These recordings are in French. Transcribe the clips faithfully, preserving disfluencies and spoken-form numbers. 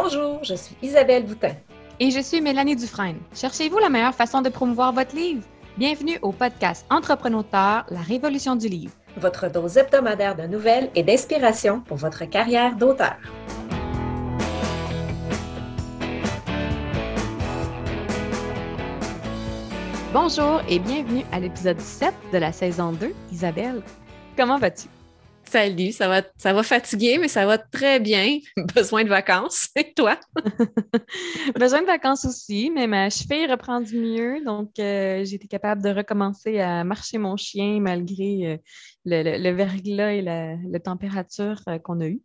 Bonjour, je suis Isabelle Boutin. Et je suis Mélanie Dufresne. Cherchez-vous la meilleure façon de promouvoir votre livre? Bienvenue au podcast Entrepreneur, la révolution du livre. Votre dose hebdomadaire de nouvelles et d'inspiration pour votre carrière d'auteur. Bonjour et bienvenue à l'épisode sept de la saison deux. Isabelle, comment vas-tu? Salut, ça va, ça va fatiguer, mais ça va très bien. Besoin de vacances. Et toi? Besoin de vacances aussi, mais ma cheville reprend du mieux. Donc, euh, j'ai été capable de recommencer à marcher mon chien malgré euh, le, le, le verglas et la, la température euh, qu'on a eue.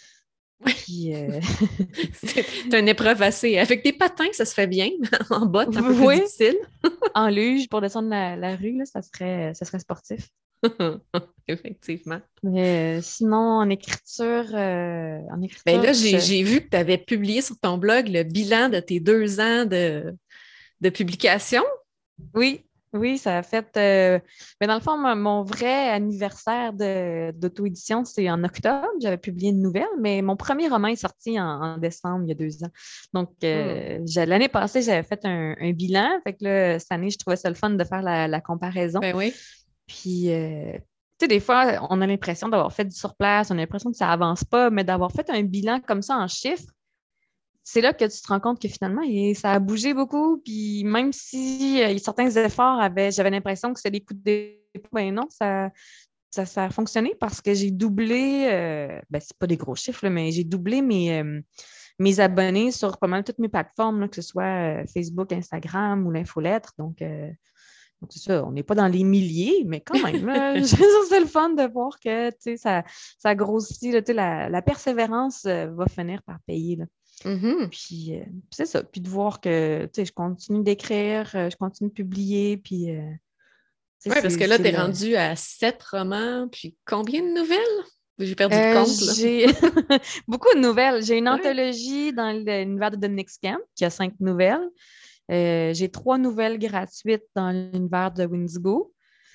Puis, euh... c'est une épreuve assez... Avec des patins, ça se fait bien. En botte, un peu oui. plus difficile. En luge, pour descendre la, la rue, là, ça serait, ça serait sportif. Effectivement. Mais euh, sinon, en écriture... Euh, en écriture ben là, j'ai, je... j'ai vu que tu avais publié sur ton blog le bilan de tes deux ans de, de publication. Oui, oui, ça a fait... Euh... Mais dans le fond, mon, mon vrai anniversaire de, d'auto-édition, c'est en octobre. J'avais publié une nouvelle, mais mon premier roman est sorti en, en décembre, il y a deux ans. Donc, euh, mm. l'année passée, j'avais fait un, un bilan. Fait que là, cette année, je trouvais ça le fun de faire la, la comparaison. Ben oui. Puis, euh, tu sais, des fois, on a l'impression d'avoir fait du surplace, on a l'impression que ça avance pas, mais d'avoir fait un bilan comme ça en chiffres, c'est là que tu te rends compte que finalement, et ça a bougé beaucoup. Puis même si euh, certains efforts avaient, j'avais l'impression que c'était des coups de dépôt, ben non, ça, ça, ça a fonctionné parce que j'ai doublé, euh, ben c'est pas des gros chiffres, là, mais j'ai doublé mes, euh, mes abonnés sur pas mal toutes mes plateformes, là, que ce soit euh, Facebook, Instagram ou l'infolettre. Donc, euh, Donc, c'est ça, on n'est pas dans les milliers, mais quand même, euh, c'est le fun de voir que ça, ça grossit, là, la, la persévérance euh, va finir par payer. Là. Mm-hmm. Puis, euh, c'est ça. Puis de voir que je continue d'écrire, euh, je continue de publier. Puis, euh, oui, parce que là, tu es le... rendu à sept romans, puis combien de nouvelles? J'ai perdu euh, le compte. Là. J'ai beaucoup de nouvelles. J'ai une ouais. anthologie dans l'univers de Dominique Scamp qui a cinq nouvelles. Euh, j'ai trois nouvelles gratuites dans l'univers de Windigo.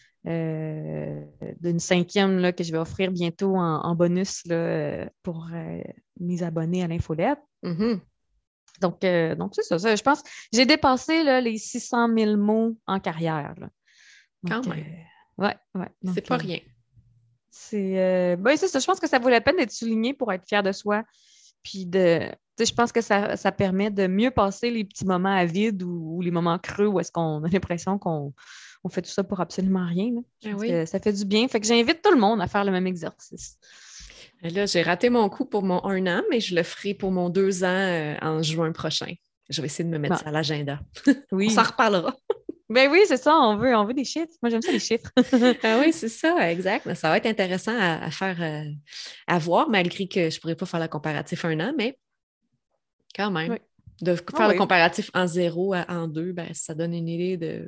Euh, d'une cinquième là, que je vais offrir bientôt en, en bonus là, pour euh, mes abonnés à l'infolette. Mm-hmm. Donc, euh, donc c'est ça, ça. Je pense que j'ai dépassé là, les six cent mille mots en carrière. Là. Donc, Quand même. Euh, ouais, ouais. Donc, c'est pas euh, rien. C'est, euh, ben, c'est ça. Je pense que ça vaut la peine d'être souligné pour être fier de soi. Puis de. Je pense que ça, ça permet de mieux passer les petits moments à vide ou, ou les moments creux où est-ce qu'on a l'impression qu'on on fait tout ça pour absolument rien. Là. Je ah pense oui. que ça fait du bien. Fait que j'invite tout le monde à faire le même exercice. Là, j'ai raté mon coup pour mon un an, mais je le ferai pour mon deux ans euh, en juin prochain. Je vais essayer de me mettre bon. ça à l'agenda. Oui. On s'en reparlera. Ben oui, c'est ça, on veut, on veut des chiffres. Moi, j'aime ça, les chiffres. ah oui, c'est ça, exact. Ça va être intéressant à, à faire, euh, à voir, malgré que je ne pourrais pas faire le comparatif un an, mais quand même. Oui. De faire oh, le oui. comparatif en zéro à en deux, ben, ça donne une idée de,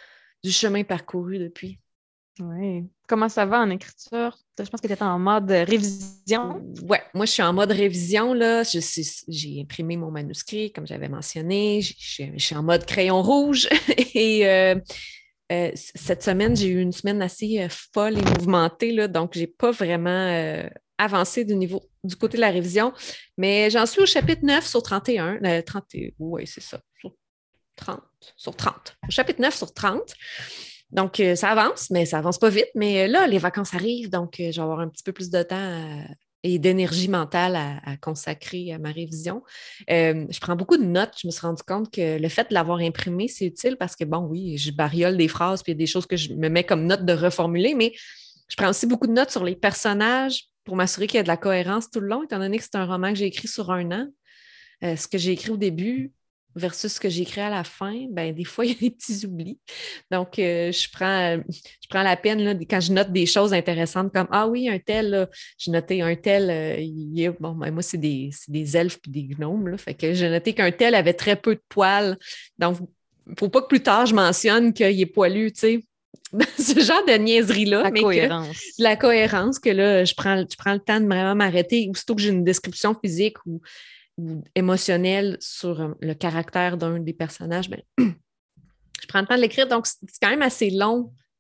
du chemin parcouru depuis. Oui. Comment ça va en écriture? Je pense que tu étais en mode révision. Oui, moi, je suis en mode révision. Là. Je suis, j'ai imprimé mon manuscrit, comme j'avais mentionné. Je, je, je suis en mode crayon rouge. Et euh, euh, cette semaine, j'ai eu une semaine assez euh, folle et mouvementée. Là, donc, je n'ai pas vraiment euh, avancé du, niveau, du côté de la révision. Mais j'en suis au chapitre neuf sur trente et un. Euh, trente, oui, c'est ça. Sur trente. Sur trente. Au chapitre neuf sur trente. Donc, euh, ça avance, mais ça avance pas vite. Mais euh, là, les vacances arrivent, donc euh, je vais avoir un petit peu plus de temps à, et d'énergie mentale à, à consacrer à ma révision. Euh, je prends beaucoup de notes. Je me suis rendu compte que le fait de l'avoir imprimé, c'est utile parce que, bon, oui, je bariole des phrases, puis il y a des choses que je me mets comme note de reformuler, mais je prends aussi beaucoup de notes sur les personnages pour m'assurer qu'il y a de la cohérence tout le long, étant donné que c'est un roman que j'ai écrit sur un an. Euh, ce que j'ai écrit au début versus ce que j'ai écrit à la fin, ben des fois, il y a des petits oublis. Donc, euh, je, prends, je prends la peine, là, quand je note des choses intéressantes comme « Ah oui, un tel, là, j'ai noté un tel, euh, il est... bon, ben, moi, c'est des, c'est des elfes puis des gnomes, là, fait que j'ai noté qu'un tel avait très peu de poils. Donc, il ne faut pas que plus tard, je mentionne qu'il est poilu, tu sais. Ce genre de niaiserie-là. La mais cohérence. Que, la cohérence, que là, je prends, je prends le temps de vraiment m'arrêter, aussitôt que j'ai une description physique ou ou émotionnel sur le caractère d'un des personnages, ben, je prends le temps de l'écrire, donc c'est quand même assez long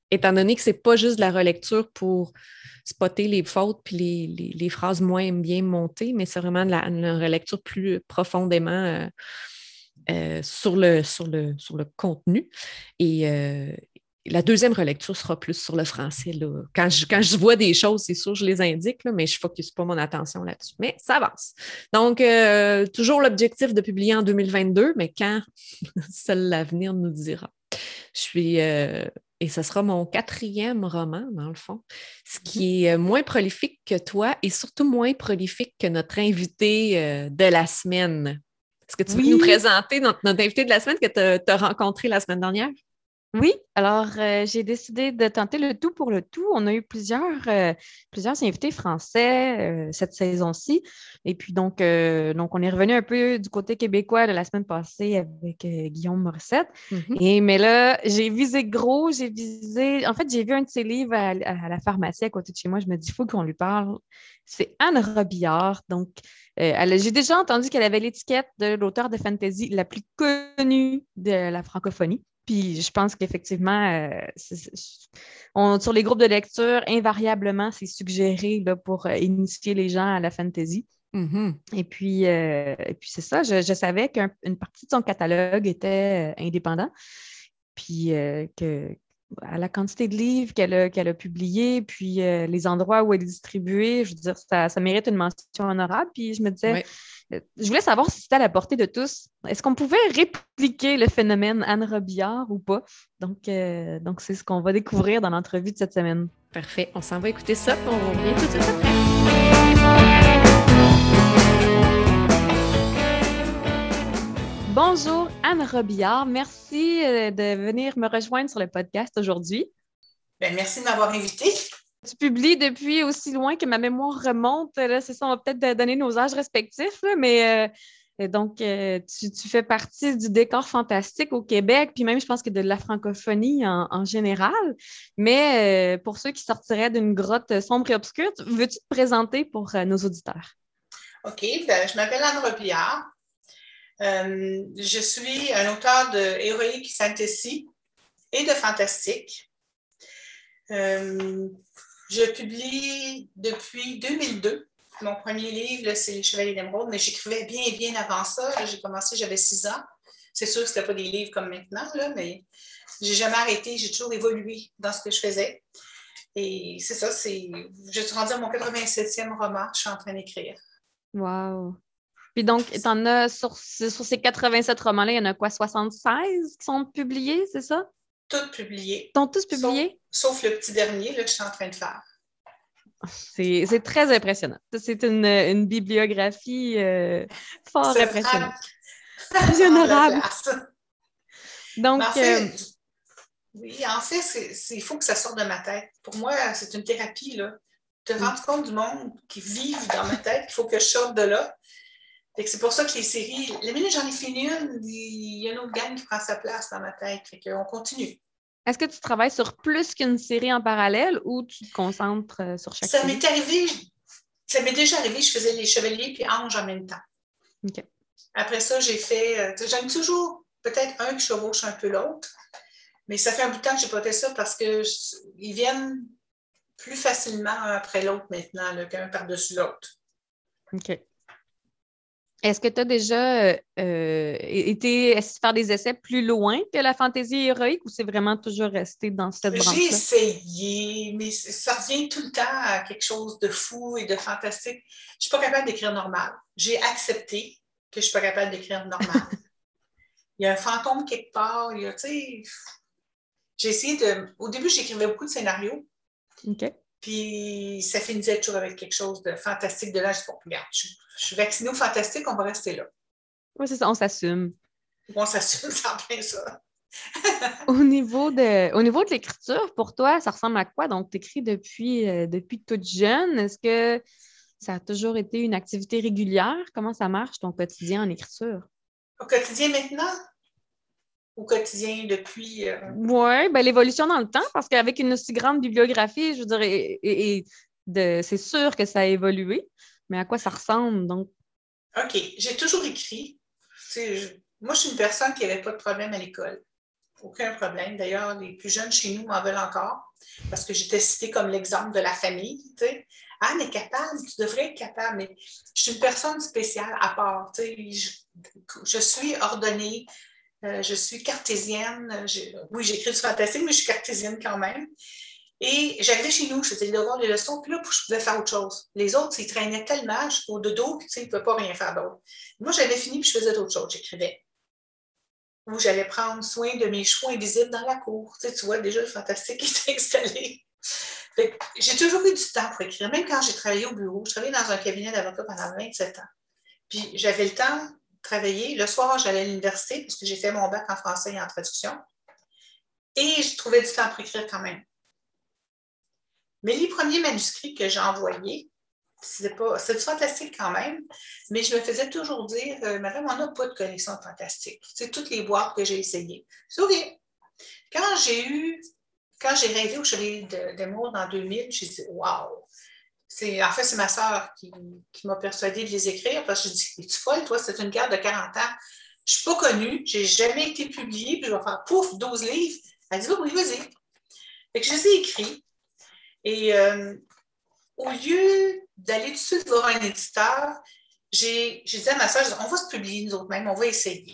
étant donné que c'est pas juste de la relecture pour spotter les fautes puis les, les, les phrases moins bien montées, mais c'est vraiment de la, une relecture plus profondément euh, euh, sur, le, sur, le, sur le contenu. Et euh, la deuxième relecture sera plus sur le français. Là. Quand, je, quand je vois des choses, c'est sûr, je les indique, là, mais je ne focus pas mon attention là-dessus. Mais ça avance. Donc, euh, toujours l'objectif de publier en deux mille vingt-deux, mais quand, seul l'avenir nous dira. Je suis... Euh, et ce sera mon quatrième roman, dans le fond, ce qui est moins prolifique que toi et surtout moins prolifique que notre invité euh, de la semaine. Est-ce que tu Oui. veux nous présenter notre, notre invité de la semaine que tu as rencontré la semaine dernière? Oui, alors euh, j'ai décidé de tenter le tout pour le tout. On a eu plusieurs, euh, plusieurs invités français euh, cette saison-ci. Et puis donc, euh, donc, on est revenu un peu du côté québécois de la semaine passée avec euh, Guillaume Morissette. Mm-hmm. Et, mais là, j'ai visé gros, j'ai visé. En fait, j'ai vu un de ses livres à, à la pharmacie à côté de chez moi. Je me dis, il faut qu'on lui parle. C'est Anne Robillard. Donc, euh, elle, j'ai déjà entendu qu'elle avait l'étiquette de l'auteur de fantasy la plus connue de la francophonie. Puis je pense qu'effectivement, euh, c'est, c'est, on, sur les groupes de lecture, invariablement, c'est suggéré là, pour euh, initier les gens à la fantasy. Mm-hmm. Et puis, euh, et puis c'est ça, je, je savais qu'une partie de son catalogue était euh, indépendant. Puis euh, que à la quantité de livres qu'elle a, qu'elle a publiés, puis euh, les endroits où elle est distribuée, je veux dire, ça, ça mérite une mention honorable. Puis je me disais, ouais. euh, je voulais savoir si c'était à la portée de tous. Est-ce qu'on pouvait répliquer le phénomène Anne Robillard ou pas? Donc, euh, donc c'est ce qu'on va découvrir dans l'entrevue de cette semaine. Parfait. On s'en va écouter ça, puis on revient tout de suite après. Bonjour Anne Robillard, merci de venir me rejoindre sur le podcast aujourd'hui. Bien, merci de m'avoir invitée. Tu publies depuis aussi loin que ma mémoire remonte. Là, c'est ça, on va peut-être donner nos âges respectifs, là, mais euh, donc euh, tu, tu fais partie du décor fantastique au Québec, puis même je pense que de la francophonie en, en général. Mais euh, pour ceux qui sortiraient d'une grotte sombre et obscure, veux-tu te présenter pour euh, nos auditeurs? OK, ben, je m'appelle Anne Robillard. Euh, je suis un auteur de héroïque fantasy et de fantastique. Euh, je publie depuis deux mille deux. Mon premier livre, là, c'est Les Chevaliers d'Émeraude, mais j'écrivais bien, bien avant ça. Là, j'ai commencé, j'avais six ans. C'est sûr que ce n'était pas des livres comme maintenant, là, mais j'ai jamais arrêté. J'ai toujours évolué dans ce que je faisais. Et c'est ça, c'est... je suis rendue à mon quatre-vingt-septième roman que je suis en train d'écrire. Wow! Puis donc, t'en as sur, sur ces quatre-vingt-sept romans-là, il y en a quoi, soixante-seize qui sont publiés, c'est ça? Toutes publiées. Ils sont tous publiés? Sauf, sauf le petit dernier là, que je suis en train de faire. C'est, c'est très impressionnant. C'est une, une bibliographie euh, fort c'est impressionnante. Très honorable. Donc, en fait, euh... oui, en fait, c'est, c'est, il faut que ça sorte de ma tête. Pour moi, c'est une thérapie, là. Te rendre compte du monde qui vit dans ma tête, il faut que je sorte de là. Fait que c'est pour ça que les séries, la minute j'en ai fini une, il y a une autre gang qui prend sa place dans ma tête. Fait qu'on continue. Est-ce que tu travailles sur plus qu'une série en parallèle ou tu te concentres sur chaque ça série? M'est arrivé, ça m'est déjà arrivé, je faisais les Chevaliers puis Ange en même temps. Okay. Après ça, j'ai fait, j'aime toujours peut-être un qui chevauche un peu l'autre, mais ça fait un bout de temps que je n'ai pas fait ça parce qu'ils viennent plus facilement un après l'autre maintenant, là, qu'un par-dessus l'autre. OK. Est-ce que tu as déjà euh, été faire des essais plus loin que la fantaisie héroïque ou c'est vraiment toujours resté dans cette branche-là? J'ai essayé, mais ça revient tout le temps à quelque chose de fou et de fantastique. Je ne suis pas capable d'écrire normal. J'ai accepté que je ne suis pas capable d'écrire normal. Il y a un fantôme quelque part. Il y a, tu sais, j'ai essayé de... Au début, j'écrivais beaucoup de scénarios. OK. Puis ça finissait toujours avec quelque chose de fantastique. De là, je dis, bon, regarde, je, je suis vaccinée au fantastique, on va rester là. Oui, c'est ça, on s'assume. On s'assume, c'est en plein ça. au, niveau de, au niveau de l'écriture, pour toi, ça ressemble à quoi? Donc, tu écris depuis, euh, depuis toute jeune. Est-ce que ça a toujours été une activité régulière? Comment ça marche, ton quotidien en écriture? Au quotidien maintenant? Au quotidien depuis... Euh... Oui, ben, l'évolution dans le temps, parce qu'avec une aussi grande bibliographie, je veux dire, et, et, et de, c'est sûr que ça a évolué, mais à quoi ça ressemble, donc? OK, j'ai toujours écrit. Tu sais, je, moi, je suis une personne qui n'avait pas de problème à l'école. aucun problème. D'ailleurs, les plus jeunes chez nous m'en veulent encore parce que j'étais citée comme l'exemple de la famille. Tu sais. Ah, mais capable, tu devrais être capable. Mais je suis une personne spéciale à part. Tu sais. Je, je suis ordonnée, euh, je suis cartésienne. J'ai, oui, j'écris du fantastique, mais je suis cartésienne quand même. Et j'arrivais chez nous, je faisais les devoirs, les leçons, puis là, je pouvais faire autre chose. Les autres, ils traînaient tellement jusqu'au dodo, puis ils ne pouvaient pas rien faire d'autre. Moi, j'avais fini, puis je faisais d'autres choses. J'écrivais. Ou j'allais prendre soin de mes chevaux invisibles dans la cour. Tu sais, tu vois, déjà, le fantastique est installé. Fait que j'ai toujours eu du temps pour écrire. Même quand j'ai travaillé au bureau, je travaillais dans un cabinet d'avocat pendant vingt-sept ans. Puis j'avais le temps de travailler. Le soir, j'allais à l'université, parce que j'ai fait mon bac en français et en traduction. Et je trouvais du temps pour écrire quand même. Mais les premiers manuscrits que j'ai envoyés, c'est pas, c'est du fantastique quand même, mais je me faisais toujours dire, euh, madame, on n'a pas de collection de fantastique. Tu sais, toutes les boîtes que j'ai essayées. C'est OK. Quand j'ai eu, quand j'ai rêvé au Chevalier d'Émeraude en deux mille, j'ai dit, wow! C'est, en fait, c'est ma sœur qui, qui m'a persuadée de les écrire parce que je dis, es-tu folle, toi, c'est une garde de quarante ans. Je ne suis pas connue, je n'ai jamais été publiée, puis je vais faire pouf, douze livres. Elle dit, oui, oui, vas-y. Fait que je les ai écrits. Et euh, au lieu d'aller tout de suite voir un éditeur, j'ai, j'ai dit à ma soeur, on va se publier nous autres mêmes, on va essayer.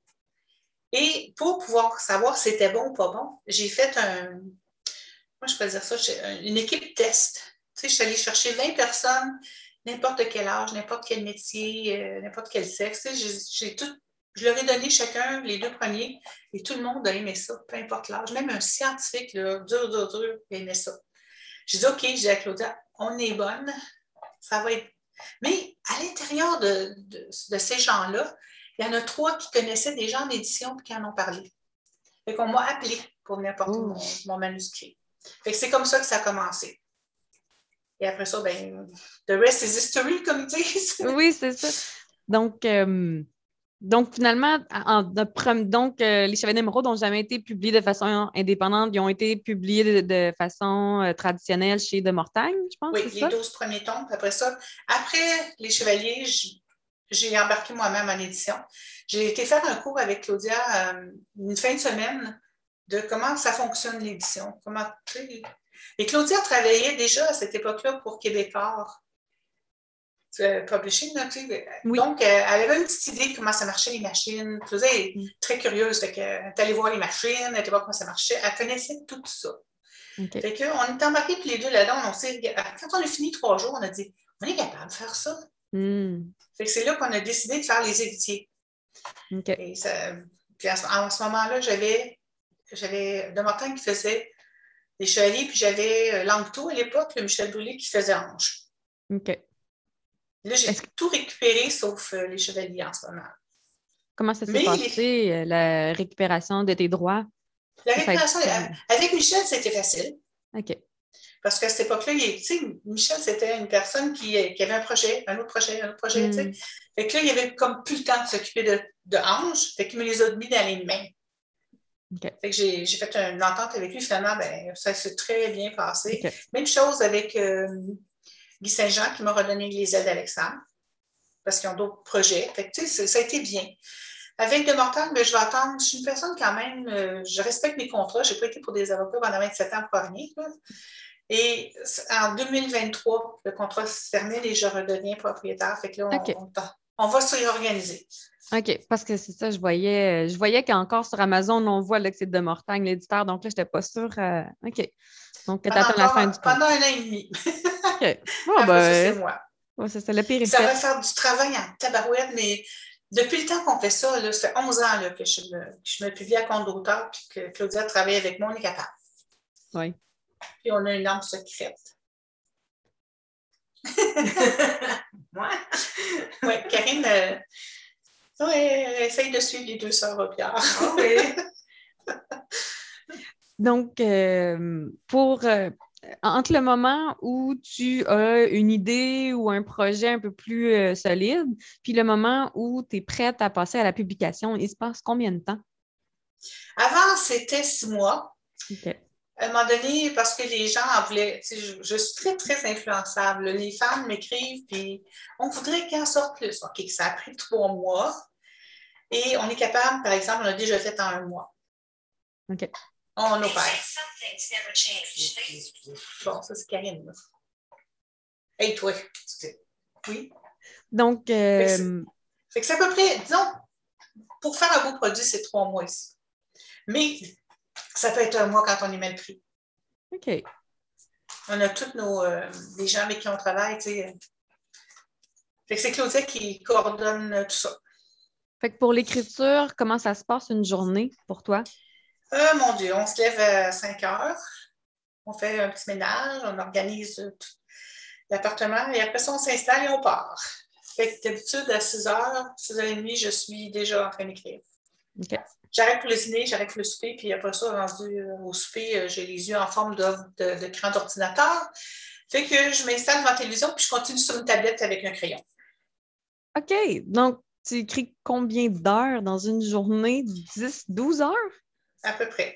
Et pour pouvoir savoir si c'était bon ou pas bon, j'ai fait un, moi je peux dire ça, une équipe test. Tu sais, je suis allée chercher vingt personnes, n'importe quel âge, n'importe quel métier, euh, n'importe quel sexe. Tu sais, j'ai, j'ai tout, je leur ai donné chacun les deux premiers et tout le monde a aimé ça, peu importe l'âge. Même un scientifique, là, dur, dur, dur, il a aimé ça. J'ai dit, OK, j'ai dit à Claudia, on est bonne, ça va être. Mais à l'intérieur de, de, de ces gens-là, il y en a trois qui connaissaient des gens d'édition et qui en ont parlé. Fait qu'on m'a appelé pour venir porter mon, mon manuscrit. Fait que c'est comme ça que ça a commencé. Et après ça, ben, the rest is history, comme ils disent. Oui, c'est ça. Donc, euh, donc finalement, en, en, donc, euh, les Chevaliers d'Émeraude n'ont jamais été publiés de façon indépendante. Ils ont été publiés de, de façon euh, traditionnelle chez De Mortagne, je pense. Oui, c'est les ça? douze premiers tomes. Après ça, après les Chevaliers, j'ai embarqué moi-même en édition. J'ai été faire un cours avec Claudia euh, une fin de semaine de comment ça fonctionne l'édition. Comment, et Claudia travaillait déjà à cette époque-là pour Québécois. Publishing, là, tu sais. Oui. Donc, euh, elle avait une petite idée de comment ça marchait les machines. Claudia est mm. très curieuse. Fait qu'elle est allée voir les machines, elle était voir comment ça marchait. Elle connaissait tout ça. Okay. Fait qu'on est embarqués tous les deux là-dedans. On s'est... Quand on a fini trois jours, on a dit, on est capable de faire ça. Mm. Fait que c'est là qu'on a décidé de faire les héritiers. Okay. Et ça... Puis en ce, en ce moment-là, j'avais, j'avais De Mortagne qui faisait les Chevaliers, puis j'avais Langto à l'époque, le Michel Brûlé qui faisait Ange. OK. Là, j'ai que... tout récupéré sauf euh, les Chevaliers en ce moment. Comment ça s'est Mais passé, les... la récupération de tes droits? La récupération, été... avec Michel, c'était facile. OK. Parce qu'à cette époque-là, il, Michel, c'était une personne qui, qui avait un projet, un autre projet, un autre projet. Mm. Fait que là, il avait comme plus le temps de s'occuper de, de Ange. Fait qu'il me les a mis dans les mains. Okay. Fait que j'ai, j'ai fait une entente avec lui. Finalement, ben, ça s'est très bien passé. Okay. Même chose avec euh, Guy Saint-Jean qui m'a redonné les ailes d'Alexandre parce qu'ils ont d'autres projets. Fait que, ça, ça a été bien. Avec De Mortagne, ben, je vais attendre. Je suis une personne quand même, euh, je respecte mes contrats. Je n'ai pas été pour des avocats pendant vingt-sept ans pour rien. Là. Et en deux mille vingt-trois, le contrat se termine et je redeviens propriétaire. Fait que là, on, okay. on, on va se réorganiser. OK, parce que c'est ça, je voyais, je voyais qu'encore sur Amazon, on voit là, que c'est De Mortagne, l'éditeur. Donc là, je n'étais pas sûre. Euh... OK. Donc, tu attends la fin du contrat. Pendant un an et demi. OK. Bon, Après ben, ça, c'est moi. Ouais, c'est ça, le pire Ça va faire du travail en tabarouette, mais depuis le temps qu'on fait ça, là, ça fait onze ans là, que je me, je me publie à compte d'auteur et que Claudia travaille avec moi, on est capable. Oui. Puis on a une arme secrète. Ouais. Oui, Karine, euh, ouais, elle essaye de suivre les deux sœurs Robillard. Oh, oui. Donc, euh, pour euh, entre le moment où tu as une idée ou un projet un peu plus euh, solide, puis le moment où tu es prête à passer à la publication, il se passe combien de temps? Avant, c'était six mois. OK. À un moment donné, parce que les gens en voulaient, je, je suis très, très influençable. Les femmes m'écrivent, puis on voudrait qu'il en sorte plus. OK, ça a pris trois mois. Et on est capable, par exemple, on a déjà fait en un mois. OK. On opère. Bon, ça, c'est Karine. Là. Hey, toi. Oui. Donc, Fait que c'est- euh, fait que c'est à peu près, disons, pour faire un beau produit, c'est trois mois ici. Mais ça peut être un mois quand on est mal pris. OK. On a tous nos, euh, les gens avec qui on travaille, tu sais. Fait que c'est Claudia qui coordonne tout ça. Fait que pour l'écriture, comment ça se passe une journée pour toi? Euh, mon Dieu, on se lève à cinq heures, on fait un petit ménage, on organise tout l'appartement et après ça, on s'installe et on part. Fait que d'habitude, à six heures, six heures trente, je suis déjà en train d'écrire. OK. J'arrête pour le dîner, j'arrête pour le souper, puis après ça, rendu au souper, j'ai les yeux en forme de, de, de cran d'ordinateur. Fait que je m'installe devant la télévision, puis je continue sur une tablette avec un crayon. OK. Donc, tu écris combien d'heures dans une journée? dix, douze heures? À peu près.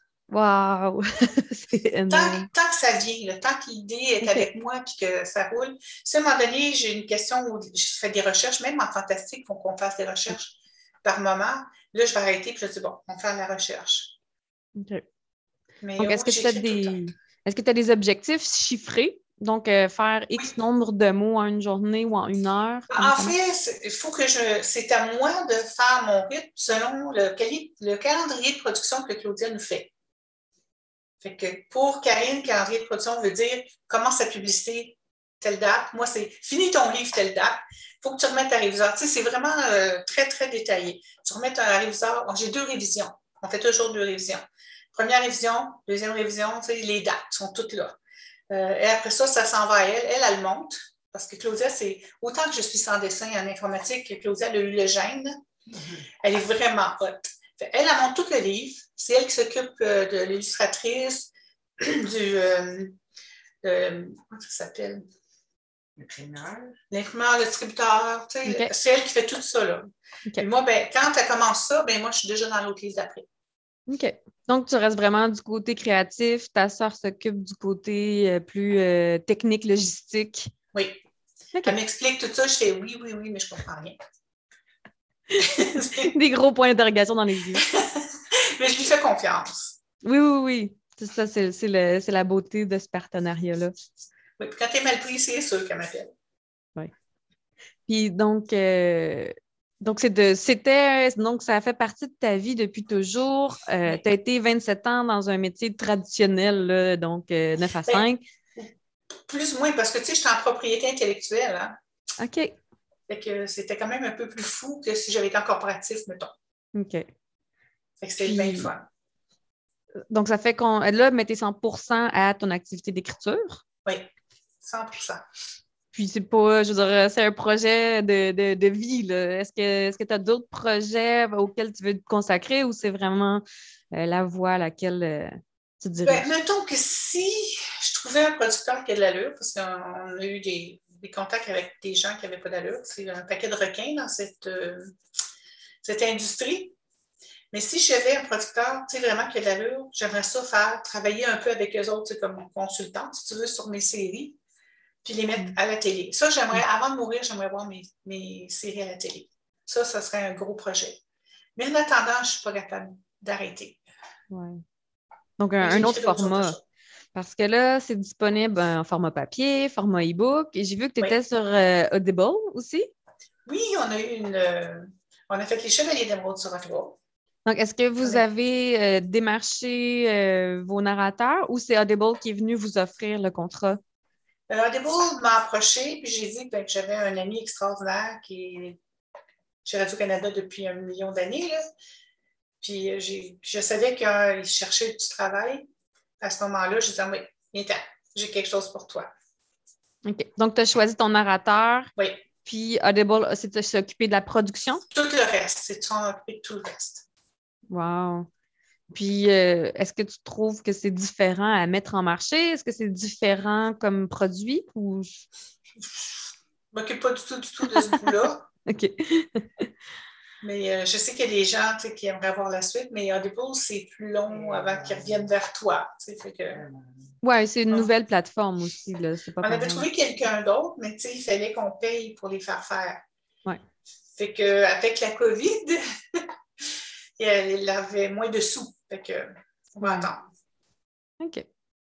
Wow! C'est Tant, énorme. tant que ça vient, là, tant que l'idée est OK. avec moi et que ça roule. Si à un moment donné, j'ai une question où je fais des recherches, même en fantastique, il faut qu'on fasse des recherches par moment. Là, je vais arrêter et je dis, bon, on va faire la recherche. OK. Mais Donc, oui, est-ce que tu as j'écris tout le temps. des... est-ce que tu as des objectifs chiffrés? Donc, euh, faire X Oui. nombre de mots en une journée ou en une heure? Comment En ça marche? fait, il faut que je. C'est à moi de faire mon rythme selon le, cali- le calendrier de production que Claudia nous fait. Fait que pour Karine, calendrier de production veut dire commence sa publicité telle date. Moi, c'est finis ton livre telle date. Il faut que tu remettes ta réviseur. Tu sais, c'est vraiment euh, très, très détaillé. Tu remets ta réviseur. Bon, j'ai deux révisions. On fait toujours deux révisions. Première révision, deuxième révision, tu sais, les dates sont toutes là. Euh, et après ça, ça s'en va à elle. Elle, elle monte. Parce que Claudia, c'est autant que je suis sans dessin en informatique, Claudia elle a eu le gène. Mm-hmm. Elle est vraiment hot. Elle, elle monte tout le livre. C'est elle qui s'occupe euh, de l'illustratrice, du. Euh, de, comment ça s'appelle? L'imprimeur. L'imprimeur, le distributeur. Okay. C'est elle qui fait tout ça. Là. Okay. Et moi, ben, quand elle commence ça, ben, moi, je suis déjà dans l'autre livre d'après. OK. Donc, tu restes vraiment du côté créatif. Ta sœur s'occupe du côté euh, plus euh, technique, logistique. Oui. Okay. Elle m'explique tout ça. Je fais oui, oui, oui, mais je ne comprends rien. Des gros points d'interrogation dans les yeux. Mais je lui fais confiance. Oui, oui, oui. C'est ça, c'est, c'est, le, c'est la beauté de ce partenariat-là. Oui, puis quand tu es mal pris, c'est sûr qu'elle m'appelle. Oui. Puis donc, euh, donc c'est de, c'était, donc ça fait partie de ta vie depuis toujours. Euh, oui. Tu as été vingt-sept ans dans un métier traditionnel, là, donc euh, neuf à cinq. Ben, plus ou moins, parce que tu sais, je suis en propriété intellectuelle. Hein? OK. Fait que c'était quand même un peu plus fou que si j'avais été en corporatif, mettons. OK. Fait que c'était bien fun. Donc, ça fait qu'on. Là, mettez cent pour cent à ton activité d'écriture. Oui, cent pour cent. Puis, c'est pas, je veux dire, c'est un projet de, de, de vie. Là. Est-ce que tu as d'autres projets auxquels tu veux te consacrer ou c'est vraiment euh, la voie à laquelle euh, tu diriges? Ben, mettons que si je trouvais un producteur qui a de l'allure, parce qu'on a eu des, des contacts avec des gens qui n'avaient pas d'allure, c'est un paquet de requins dans cette, euh, cette industrie. Mais si j'avais un producteur, tu sais, vraiment qui a de l'allure, j'aimerais ça faire travailler un peu avec eux autres, comme consultante, si tu veux, sur mes séries, puis les mettre à la télé. Ça, j'aimerais, avant de mourir, j'aimerais voir mes, mes séries à la télé. Ça, ça serait un gros projet. Mais en attendant, je ne suis pas capable d'arrêter. Ouais. Donc, un, un autre format. Parce que là, c'est disponible en format papier, format e-book. Et j'ai vu que tu étais oui. sur euh, Audible aussi. Oui, on a eu une. Euh, on a fait les Chevaliers d'Émeraude sur Audible. Donc, est-ce que vous avez euh, démarché euh, vos narrateurs ou c'est Audible qui est venu vous offrir le contrat? Euh, Audible m'a approché puis j'ai dit ben, que j'avais un ami extraordinaire qui est chez Radio-Canada depuis un million d'années. Là. Puis j'ai, je savais qu'il cherchait du travail. À ce moment-là, je disais oui, viens-t'en, j'ai quelque chose pour toi. OK. Donc, tu as choisi ton narrateur. Oui. Puis Audible, c'est s'occuper de la production? Tout le reste, c'est de s'occuper de tout le reste. Wow. Puis, euh, est-ce que tu trouves que c'est différent à mettre en marché? Est-ce que c'est différent comme produit? Ou... Je ne m'occupe pas du tout, du tout de ce bout-là. OK. Mais euh, je sais qu'il y a des gens qui aimeraient voir la suite, mais Audible, c'est plus long avant qu'ils reviennent vers toi. Fait que... Oui, c'est une nouvelle plateforme aussi. Là. C'est pas On avait trouvé quelqu'un d'autre, mais il fallait qu'on paye pour les faire faire. Ouais. Fait qu'avec la COVID, il avait moins de sous. Fait que, on va attendre. OK.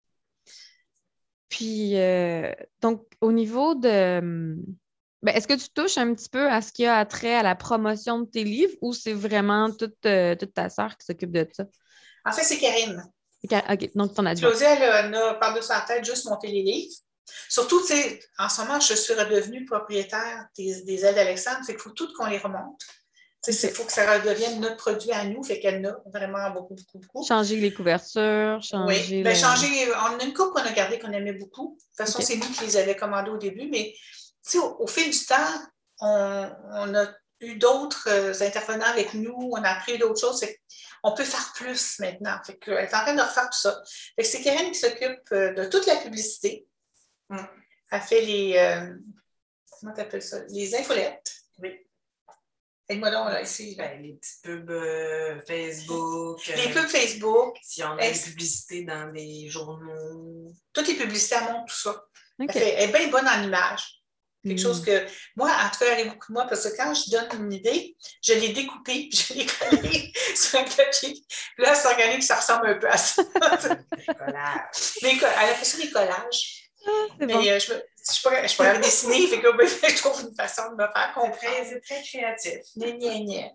Puis, euh, donc, au niveau de... Ben, est-ce que tu touches un petit peu à ce qui a trait à la promotion de tes livres ou c'est vraiment toute, euh, toute ta sœur qui s'occupe de ça? En fait, c'est Karine. OK, donc ton adjoint. Claudia, elle a par-dessus la tête juste monté les livres. Surtout, tu sais, en ce moment, je suis redevenue propriétaire des, des ailes d'Alexandre, fait qu'il faut tout qu'on les remonte. Tu sais, il faut que ça redevienne notre produit à nous, fait qu'elle en a vraiment beaucoup, beaucoup, beaucoup. Changer les couvertures, changer... Oui, bien, le... changer, on a une coupe qu'on a gardée qu'on aimait beaucoup. De toute façon, OK. c'est nous qui les avions commandées au début, mais tu sais, au, au fil du temps, on, on a eu d'autres euh, intervenants avec nous, on a appris d'autres choses. On peut faire plus maintenant. Fait qu'elle est en train de refaire tout ça. Fait que c'est Karine qui s'occupe euh, de toute la publicité. Mm. Elle fait les... Euh, comment tu appelles ça? Les infolettes. Oui. Aide-moi donc, là, ici. Là. Ben, les petites pubs euh, Facebook. Les euh, pubs Facebook. Si on a des publicités dans des journaux. Toutes les publicités, elle montre tout ça. Okay. Elle, fait, elle est bien bonne en images. Quelque mm. chose que, moi, en tout cas, elle est beaucoup de moi, parce que quand je donne une idée, je l'ai découpée, puis je l'ai collée sur un papier. Puis là, c'est organique, ça ressemble un peu à ça. Les collages. Mais, elle a fait ça des collages. Ah, c'est mais bon. euh, je ne suis pas capable de dessiner, fait que ben, je trouve une façon de me faire comprendre. C'est très créatif. Gna, gna, gna.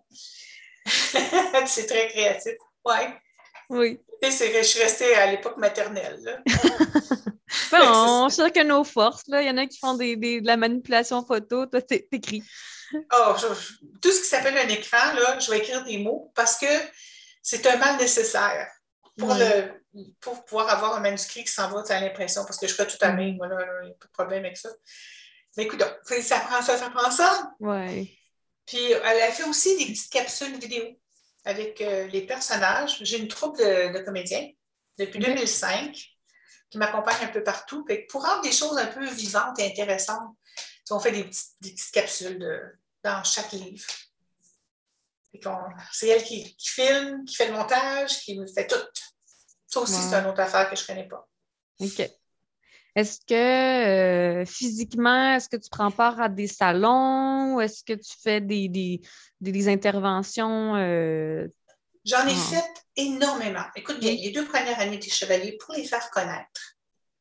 C'est très créatif. Oui. Oui. Et c'est, je suis restée à l'époque maternelle. Là. Bon, je sais que nos forces, là, il y en a qui font des, des, de la manipulation photo. Toi, t'écris. Oh, je, tout ce qui s'appelle un écran, là, je vais écrire des mots parce que c'est un mal nécessaire pour, ouais. le, pour pouvoir avoir un manuscrit qui s'en va à l'impression, parce que je ferai tout à main, mm. voilà, il n'y a pas de problème avec ça. Mais écoute, ça prend ça, ça prend ça. Oui. Puis, elle a fait aussi des petites capsules vidéo avec euh, les personnages. J'ai une troupe de, de comédiens depuis okay. deux mille cinq qui m'accompagnent un peu partout. Puis, pour rendre des choses un peu vivantes et intéressantes, on fait des petites, des petites capsules de, dans chaque livre. C'est elle qui, qui filme, qui fait le montage, qui me fait tout. Ça aussi, wow. c'est une autre affaire que je ne connais pas. OK. Est-ce que euh, physiquement, est-ce que tu prends part à des salons? Est-ce que tu fais des, des, des, des interventions? Euh... J'en ai oh. fait énormément. Écoute bien, les deux premières années des Chevaliers, pour les faire connaître,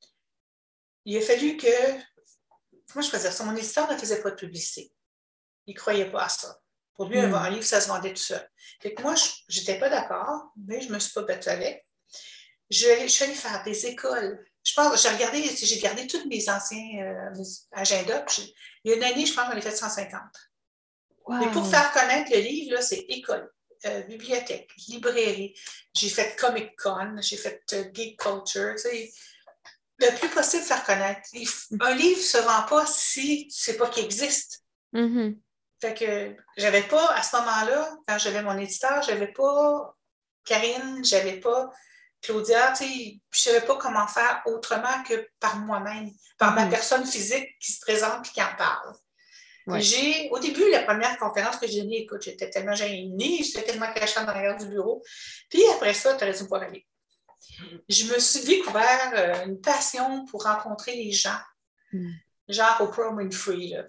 il a fallu que... Comment je faisais ça? Mon éditeur ne faisait pas de publicité. Il ne croyait pas à ça. Pour lui, mm. un livre, ça se vendait tout seul. Fait que moi, je n'étais pas d'accord, mais je ne me suis pas battue avec. Je, je suis allée faire des écoles. Je pense, j'ai regardé, j'ai gardé tous mes anciens euh, mes agendas. Je, il y a une année, je pense j'en ai fait cent cinquante. Wow. Mais pour faire connaître le livre, là, c'est école, euh, bibliothèque, librairie. J'ai fait Comic Con, j'ai fait euh, Geek Culture. Tu sais, le plus possible faire connaître. Un livre ne se vend pas si tu ne sais pas qu'il existe. Mm-hmm. Fait que j'avais pas, à ce moment-là, quand j'avais mon éditeur, j'avais pas Karine, j'avais pas Claudia, tu sais, je savais pas comment faire autrement que par moi-même, par mm-hmm. ma personne physique qui se présente et qui en parle. Ouais. J'ai, au début, la première conférence que j'ai donnée, écoute, j'étais tellement gênée, j'étais tellement cachée en arrière du bureau. Puis après ça, tu aurais dû me voir aller. Je me suis découvert euh, une passion pour rencontrer les gens, mm. genre Oprah Winfrey, là.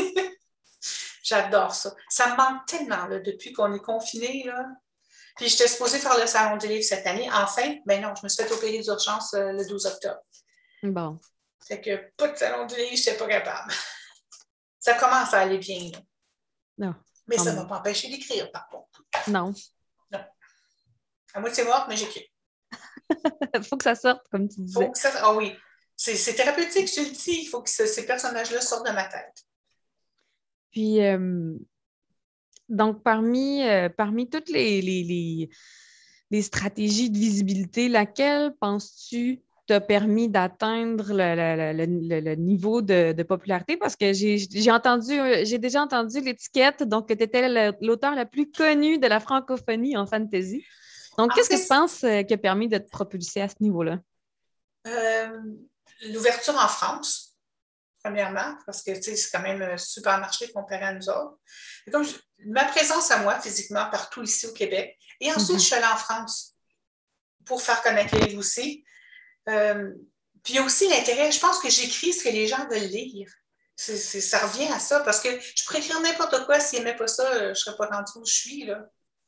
J'adore ça. Ça me manque tellement là, depuis qu'on est confinés. Là. Puis j'étais supposée faire le Salon du livre cette année. Enfin, ben non, je me suis fait opérer d'urgence euh, le douze octobre. Bon. Fait que pas de Salon du livre, je n'étais pas capable. Ça commence à aller bien. Là. Non. Mais ça ne m'a pas empêché d'écrire, par contre. Non. Non. À moitié morte, mais j'écris. Il faut que ça sorte, comme tu disais. Faut que ça... Ah oui. C'est, c'est thérapeutique, je te le dis. Il faut que ce, ces personnages-là sortent de ma tête. Puis, euh, donc, parmi, euh, parmi toutes les, les, les, les stratégies de visibilité, laquelle penses-tu t'a permis d'atteindre le, le, le, le, le niveau de, de popularité? Parce que j'ai, j'ai entendu, j'ai déjà entendu l'étiquette, donc que tu étais l'auteur la plus connue de la francophonie en fantasy. Donc, en qu'est-ce que tu penses euh, qui a permis de te propulser à ce niveau-là? Euh, l'ouverture en France. Premièrement, parce que c'est quand même un super marché comparé à nous autres. Donc, je, ma présence à moi, physiquement, partout ici au Québec. Et ensuite, mm-hmm. je suis allée en France pour faire connaître les livres aussi. Euh, puis il y a aussi l'intérêt, je pense que j'écris ce que les gens veulent lire. C'est, c'est, ça revient à ça, parce que je pourrais écrire n'importe quoi. S'ils n'aimaient pas ça, je ne serais pas rendue où je suis. Là.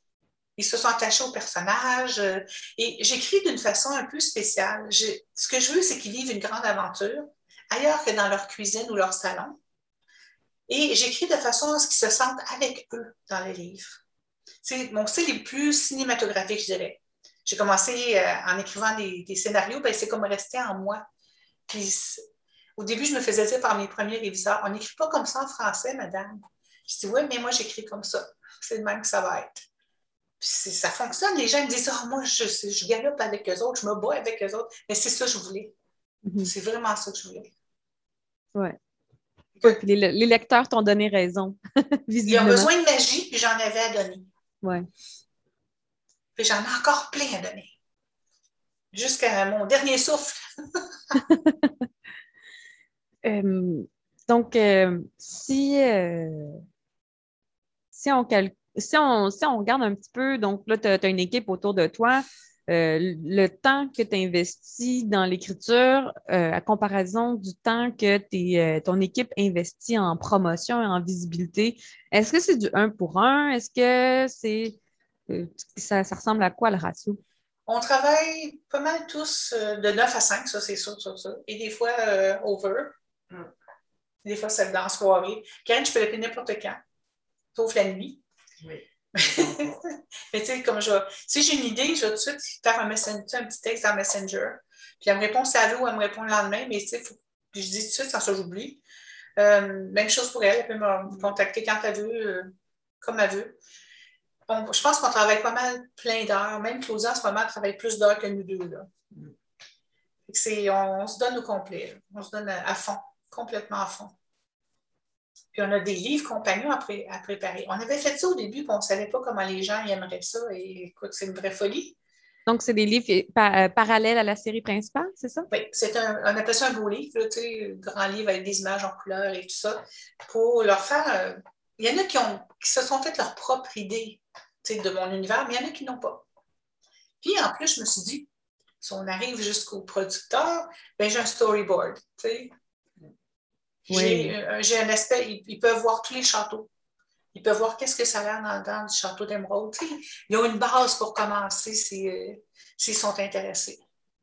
Ils se sont attachés aux personnages. euh, et j'écris d'une façon un peu spéciale. Je- ce que je veux, c'est qu'ils vivent une grande aventure ailleurs que dans leur cuisine ou leur salon. Et j'écris de façon à ce qu'ils se sentent avec eux dans les livres. C'est mon style est plus cinématographique, je dirais. J'ai commencé euh, en écrivant des, des scénarios, ben, c'est comme resté en moi. Puis, c'est- au début, je me faisais dire par mes premiers réviseurs, on n'écrit pas comme ça en français, madame. Je dis, oui, mais moi, j'écris comme ça. C'est le même que ça va être. Puis c'est- ça fonctionne. Les gens me disent, ah, moi, je, je galope avec eux autres, je me bats avec eux autres. Mais c'est ça que je voulais. Mhm. C'est vraiment ça que je voulais. Ouais. Ouais, puis les, les lecteurs t'ont donné raison, Ils ont visiblement. besoin de magie, puis j'en avais à donner. Ouais. Puis j'en ai encore plein à donner. Jusqu'à mon dernier souffle. Euh, donc, euh, si, euh, si on cal- si on, si on regarde un petit peu, donc là, tu as une équipe autour de toi, euh, le temps que tu investis dans l'écriture, euh, à comparaison du temps que t'es, euh, ton équipe investit en promotion et en visibilité, est-ce que c'est du un pour un? Est-ce que c'est euh, ça, ça ressemble à quoi le ratio? On travaille pas mal tous euh, de neuf à cinq, ça c'est sûr, ça, ça. Et des fois euh, over. Mm. Des fois, c'est dans la soirée. Karine, je peux l'appeler n'importe quand, sauf la nuit. Oui. Mais tu sais, comme je vais- si j'ai une idée, je vais tout de suite faire un, messenger, un petit texte dans Messenger. Puis elle me répond ça à ou elle me répond le lendemain, mais tu sais, faut- puis je dis tout de suite sans ça, j'oublie. Euh, même chose pour elle, elle peut me contacter quand elle veut, euh, comme elle veut. On- je pense qu'on travaille pas mal plein d'heures. Même Claudia, en ce moment, elle travaille plus d'heures que nous deux. Là. Fait que c'est- on, on se donne au complet. Là. On se donne à, à fond, complètement à fond. Puis on a des livres compagnons à, pré- à préparer. On avait fait ça au début, puis on ne savait pas comment les gens y aimeraient ça. Et écoute, c'est une vraie folie. Donc, c'est des livres pa- euh, parallèles à la série principale, c'est ça? Oui, c'est un, on appelle ça un beau livre, là, tu sais, un grand livre avec des images en couleur et tout ça, pour leur faire. euh, il y en a qui, ont, qui se sont fait leur propre idée tu sais, de mon univers, mais il y en a qui n'ont pas. Puis en plus, je me suis dit, si on arrive jusqu'au producteur, ben, j'ai un storyboard. Tu sais. J'ai, Oui. euh, j'ai un aspect, ils, ils peuvent voir tous les châteaux. Ils peuvent voir qu'est-ce que ça a l'air dans, dans le château d'Émeraude. Tu sais. Ils ont une base pour commencer si, euh, s'ils sont intéressés.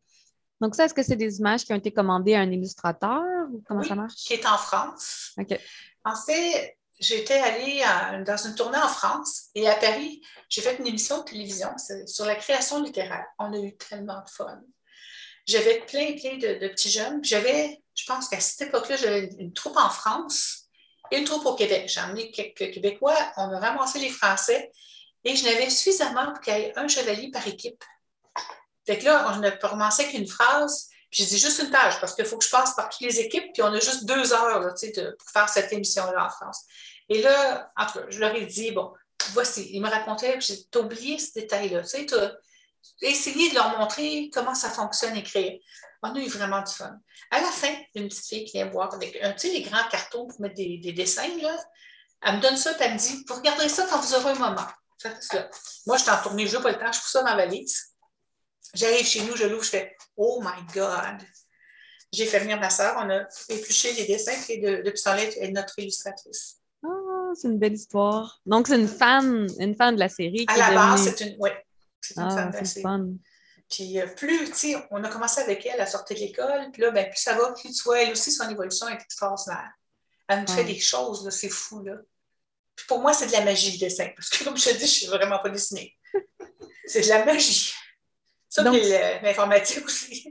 Donc, ça, est-ce que c'est des images qui ont été commandées à un illustrateur ou comment ça Oui, marche? qui est en France. OK. En fait, j'étais allée à- dans une tournée en France et à Paris, j'ai fait une émission de télévision sur la création littéraire. On a eu tellement de fun. J'avais plein, plein de, de petits jeunes. J'avais, je pense qu'à cette époque-là, j'avais une, une troupe en France et une troupe au Québec. J'ai emmené quelques Québécois, on a ramassé les Français et je n'avais suffisamment pour qu'il y ait un chevalier par équipe. Fait que là, on a commencé avec une phrase, puis j'ai dit juste une page, parce qu'il faut que je passe par toutes les équipes, puis on a juste deux heures là, de, pour faire cette émission-là en France. Et là, en tout cas, je leur ai dit, bon, voici, ils me racontaient, puis j'ai dit, t'as oublié ce détail-là, tu sais, t'as essayé de leur montrer comment ça fonctionne écrire. On a eu vraiment du fun. À la fin, une petite fille qui vient voir avec, tu sais, les grands cartons pour mettre des, des dessins, là, elle me donne ça, puis elle me dit, vous regarderez ça quand vous aurez un moment. Ça reste là. Moi, je suis en tournée, je n'ai pas le temps, je fous ça dans la valise. J'arrive chez nous, je l'ouvre, je fais « Oh my God! » J'ai fait venir ma sœur, on a épluché les dessins, puis de, de Pistolette est notre illustratrice. Ah, c'est une belle histoire. Donc, c'est une fan, une fan de la série À qui la est base, devenue... c'est une, ouais, c'est une Ah, fan de la c'est série. fun. Puis euh, plus, tu sais, on a commencé avec elle, elle sortait de l'école, puis là, ben, plus ça va, plus tu vois, elle aussi, son évolution est extraordinaire. Elle nous Ah. fait des choses, là, c'est fou, là. Puis pour moi, c'est de la magie, le dessin, parce que comme je te dis, je ne suis vraiment pas dessinée. C'est de la magie. Ça, Donc, puis l'informatique aussi.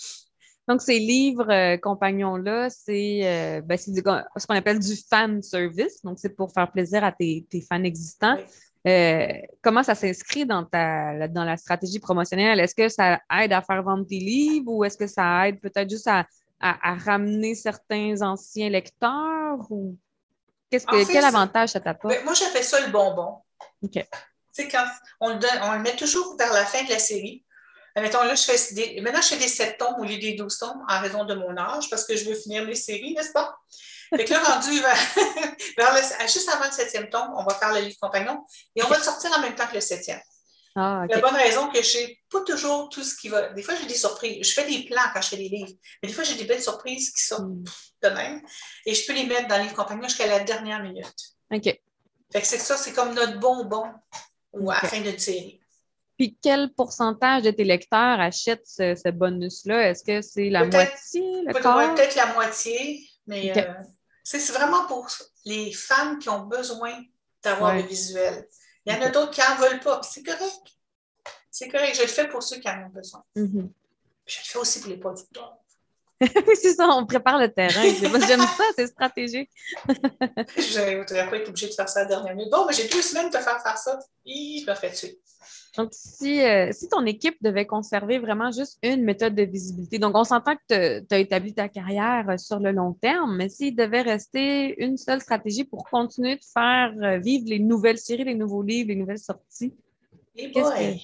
Donc, ces livres euh, compagnons-là, c'est euh, ben, c'est du- ce qu'on appelle du fan service. Donc, c'est pour faire plaisir à tes, tes fans existants. Oui. Euh, comment ça s'inscrit dans, ta, dans la stratégie promotionnelle? Est-ce que ça aide à faire vendre tes livres ou est-ce que ça aide peut-être juste à, à, à ramener certains anciens lecteurs? Ou qu'est-ce En que, fait, quel c'est- avantage ça t'apporte? ben, moi, j'appelle ça le bonbon. OK. Tu sais, quand on le, donne, on le met toujours vers la fin de la série. Mettons, là, je fais des, maintenant, je fais des sept tomes au lieu des douze tomes en raison de mon âge, parce que je veux finir mes séries, n'est-ce pas? Fait que là, rendu vers, vers le, juste avant le septième tome, on va faire le livre compagnon et on OK. va le sortir en même temps que le septième. Ah, OK. La bonne raison que je n'ai pas toujours tout ce qui va. Des fois, j'ai des surprises. Je fais des plans quand je fais des livres, mais des fois, j'ai des belles surprises qui sortent Mm. de même et je peux les mettre dans le livre compagnon jusqu'à la dernière minute. OK. Fait que c'est ça, c'est comme notre bonbon ou à la OK. fin d'une série. Puis quel pourcentage de tes lecteurs achètent ce, ce bonus-là? Est-ce que c'est la Peut-être moitié, le peut- quart? peut-être la moitié, mais OK. euh, c'est c'est vraiment pour les fans qui ont besoin d'avoir Ouais. le visuel. Il y en a OK. d'autres qui n'en veulent pas, puis c'est correct. C'est correct, je le fais pour ceux qui en ont besoin. Mhm. Puis je le fais aussi pour les producteurs. Oui, c'est ça, on prépare le terrain. C'est bon, j'aime ça, c'est stratégique. Je ne voudrais pas être obligée de faire ça à la dernière minute. Bon, mais j'ai deux semaines de te faire faire ça. Hi, je me ferais tuer. Donc, si, euh, si ton équipe devait conserver vraiment juste une méthode de visibilité, donc on s'entend que tu as établi ta carrière euh, sur le long terme, mais s'il devait rester une seule stratégie pour continuer de faire euh, vivre les nouvelles séries, les nouveaux livres, les nouvelles sorties, Eh qu'est-ce boy!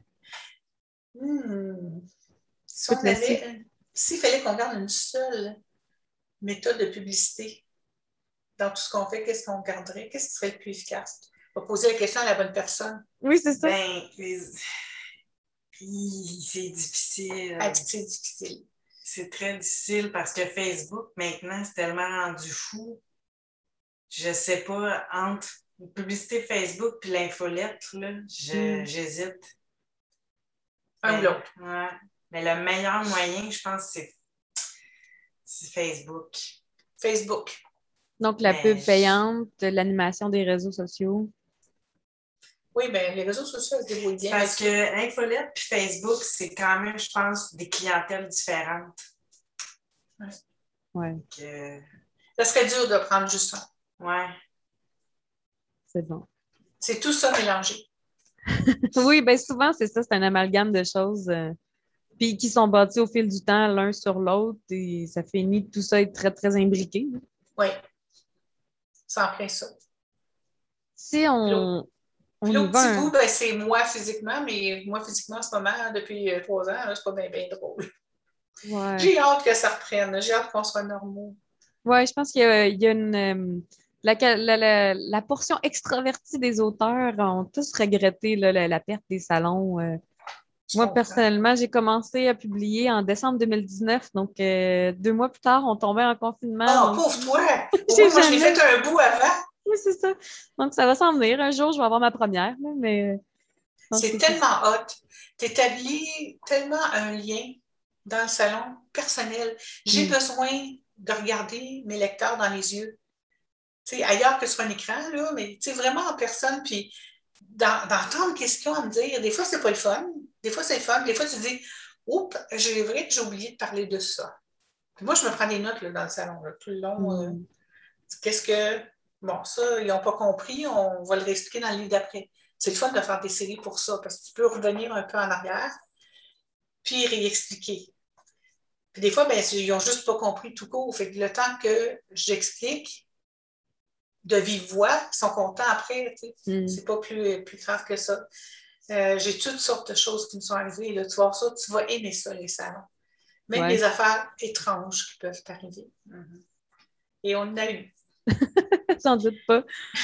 que Hmm. Si tu peux on te laisser? avait, s'il fallait qu'on garde une seule méthode de publicité dans tout ce qu'on fait, qu'est-ce qu'on garderait? Qu'est-ce qui serait le plus efficace? On va poser la question à la bonne personne. Oui, c'est ça. Ben, les- Hi, c'est difficile. Elle dit que c'est difficile. C'est très difficile parce que Facebook, maintenant, c'est tellement rendu fou. Je sais pas, entre la publicité Facebook et l'infolettre, là, je- Mm. j'hésite. Un ou Mais- l'autre. ouais. Mais le meilleur moyen, je pense, c'est, c'est Facebook. Facebook. Donc, la Mais pub je- payante, l'animation des réseaux sociaux. Oui, bien, les réseaux sociaux se débrouillent bien. Parce que l'infolette puis Facebook, c'est quand même, je pense, des clientèles différentes. Ouais, Que- Ça serait dur de prendre juste ça. ouais. c'est bon. C'est tout ça mélangé. Oui, bien souvent, c'est ça, c'est un amalgame de choses. euh, puis qui sont bâtis au fil du temps l'un sur l'autre et ça finit tout ça être très, très imbriqué. Oui. C'est en plein ça. Si on, on Puis y l'autre va petit un- bout, ben, c'est moi physiquement, mais moi physiquement en ce moment, hein, depuis euh, trois ans, là, c'est pas bien bien drôle. Ouais. J'ai hâte que ça reprenne. J'ai hâte qu'on soit normaux. Ouais, je pense qu'il y a, il y a une euh, la, la, la, la portion extravertie des auteurs ont tous regretté là, la, la perte des salons. euh. Je Moi, comprends. personnellement, j'ai commencé à publier en décembre deux mille dix-neuf, donc euh, deux mois plus tard, on tombait en confinement. Ah, donc- pauvre toi! Au J'ai moins, moi, je l'ai jamais- fait un bout avant. Oui, c'est ça. Donc, ça va s'en venir. Un jour, je vais avoir ma première, là, mais euh, donc, C'est tellement hot. Tu établis tellement un lien dans le salon personnel. J'ai Mm. besoin de regarder mes lecteurs dans les yeux. Tu sais, ailleurs que sur un écran, là, mais tu sais, vraiment en personne, puis d'en- d'entendre qu'est-ce qu'ils ont à me dire. Des fois, c'est pas le fun. Des fois, c'est le fun. Des fois, tu dis, oups, j'ai vrai que j'ai oublié de parler de ça. Puis moi, je me prends des notes là, dans le salon, là, tout le long. euh, Mm. Qu'est-ce que. Bon, ça, ils n'ont pas compris, on va le réexpliquer dans le livre d'après. C'est le fun de faire des séries pour ça, parce que tu peux revenir un peu en arrière, puis réexpliquer. Puis des fois, ben, ils n'ont juste pas compris tout court. Fait que le temps que j'explique de vive voix, ils sont contents après. Tu sais. Mm. C'est pas plus, plus grave que ça. Euh, j'ai toutes sortes de choses qui me sont arrivées. Là. Tu vas voir ça, tu vas aimer ça, les salons. Même Ouais. des affaires étranges qui peuvent t'arriver. Mm-hmm. Et on en a eu. J'en doute pas.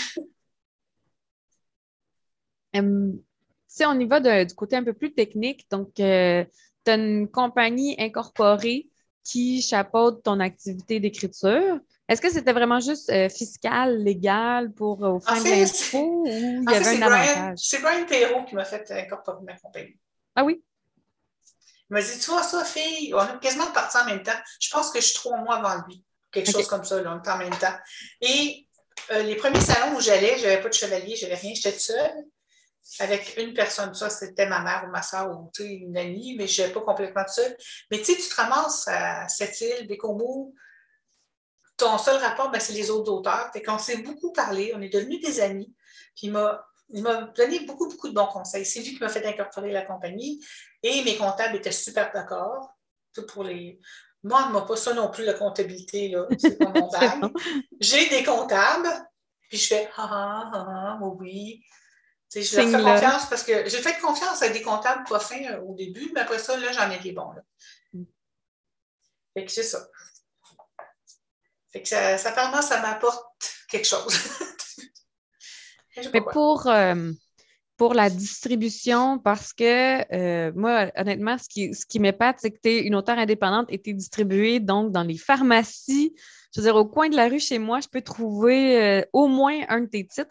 Hum, si on y va de- du côté un peu plus technique, donc euh, tu as une compagnie incorporée qui chapeaute ton activité d'écriture. Est-ce que c'était vraiment juste euh, fiscal, légal pour euh, aux fins En de fait, l'impôt ou il En y fait, avait c'est un Brian, avantage? c'est Brian Perrault qui m'a fait incorporer ma compagnie. Ah oui? Il m'a dit, tu vois ça, fille, on est quasiment partis en même temps. Je pense que je suis trois mois avant lui. Quelque OK. chose comme ça, là, on était en même temps. Et euh, les premiers salons où j'allais, je n'avais pas de chevalier, je n'avais rien, j'étais toute seule avec une personne. Ça, c'était ma mère ou ma soeur ou une amie, mais je n'étais pas complètement toute seule. Mais tu sais, tu te ramasses à Sept-Îles, Bécomo, ton seul rapport, ben, c'est les autres auteurs. Fait qu'on s'est beaucoup parlé, on est devenus des amis. Puis il m'a, il m'a donné beaucoup, beaucoup de bons conseils. C'est lui qui m'a fait incorporer la compagnie. Et mes comptables étaient super d'accord. Tout pour les. Moi, on ne m'a pas ça non plus, la comptabilité, là. C'est pas mon C'est bague. bon. J'ai des comptables, puis je fais ah ah ah, ah oui. Tu sais, je leur fais Signe-le. confiance parce que j'ai fait confiance à des comptables pas fins euh, au début, mais après ça, là, j'en ai des bons. Là. Mm. Fait que c'est ça. Fait que ça, ça apparemment, ça m'apporte quelque chose. Je sais pas Mais quoi. pour, euh, pour la distribution, parce que euh, moi, honnêtement, ce qui, ce qui m'épate, c'est que tu es une auteure indépendante et tu es distribuée donc dans les pharmacies. Je veux dire, au coin de la rue chez moi, je peux trouver euh, au moins un de tes titres.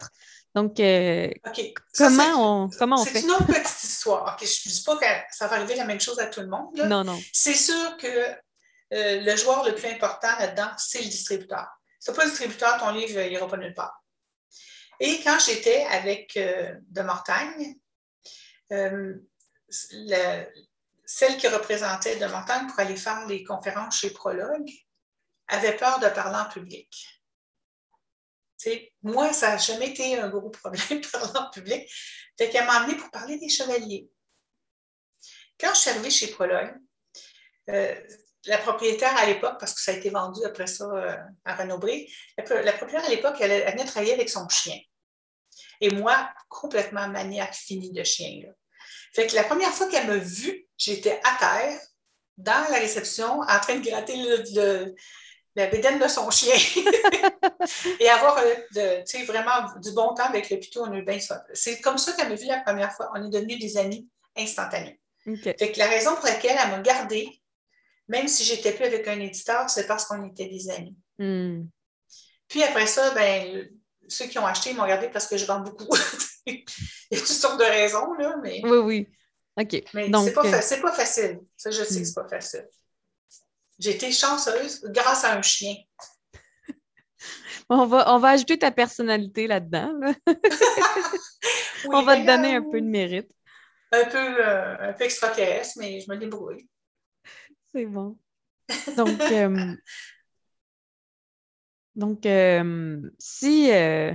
Donc, euh, OK. Ça, comment, c'est, on, comment on c'est fait? une autre petite histoire. OK, je ne dis pas que ça va arriver la même chose à tout le monde. Là. Non, non. C'est sûr que euh, le joueur le plus important là-dedans, c'est le distributeur. Si tu n'as pas le distributeur, ton livre il n'ira pas nulle part. Et quand j'étais avec euh, De Mortagne, euh, le, celle qui représentait De Mortagne pour aller faire les conférences chez Prologue avait peur de parler en public. T'sais, moi, ça n'a jamais été un gros problème de parler en public. Fait qu'elle m'a emmenée pour parler des chevaliers. Quand je suis arrivée chez Prologue, euh, la propriétaire à l'époque, parce que ça a été vendu après ça euh, à Renaud-Bré, la, la propriétaire à l'époque, elle, elle venait travailler avec son chien. Et moi, complètement maniaque finie de chien. Là. Fait que la première fois qu'elle m'a vue, j'étais à terre, dans la réception, en train de gratter le, le, la bédaine de son chien. Et avoir euh, de, vraiment du bon temps avec le pitou, on a eu bien ça. C'est comme ça qu'elle m'a vue la première fois. On est devenus des amis instantanés. Okay. Fait que la raison pour laquelle elle m'a gardée, même si je n'étais plus avec un éditeur, c'est parce qu'on était des amis. Mm. Puis après ça, ben, ceux qui ont acheté m'ont gardé parce que je vends beaucoup. Il y a toutes sortes de raisons, là, mais. Oui, oui. OK. Mais Donc, c'est pas, euh... c'est pas facile. Ça, je sais mm. que c'est pas facile. J'ai été chanceuse grâce à un chien. On va, on va ajouter ta personnalité là-dedans. Là. Oui, on va te donner un peu de mérite. Un peu, euh, un peu extraterrestre, mais je me débrouille. C'est bon. Donc, euh, donc euh, si, euh,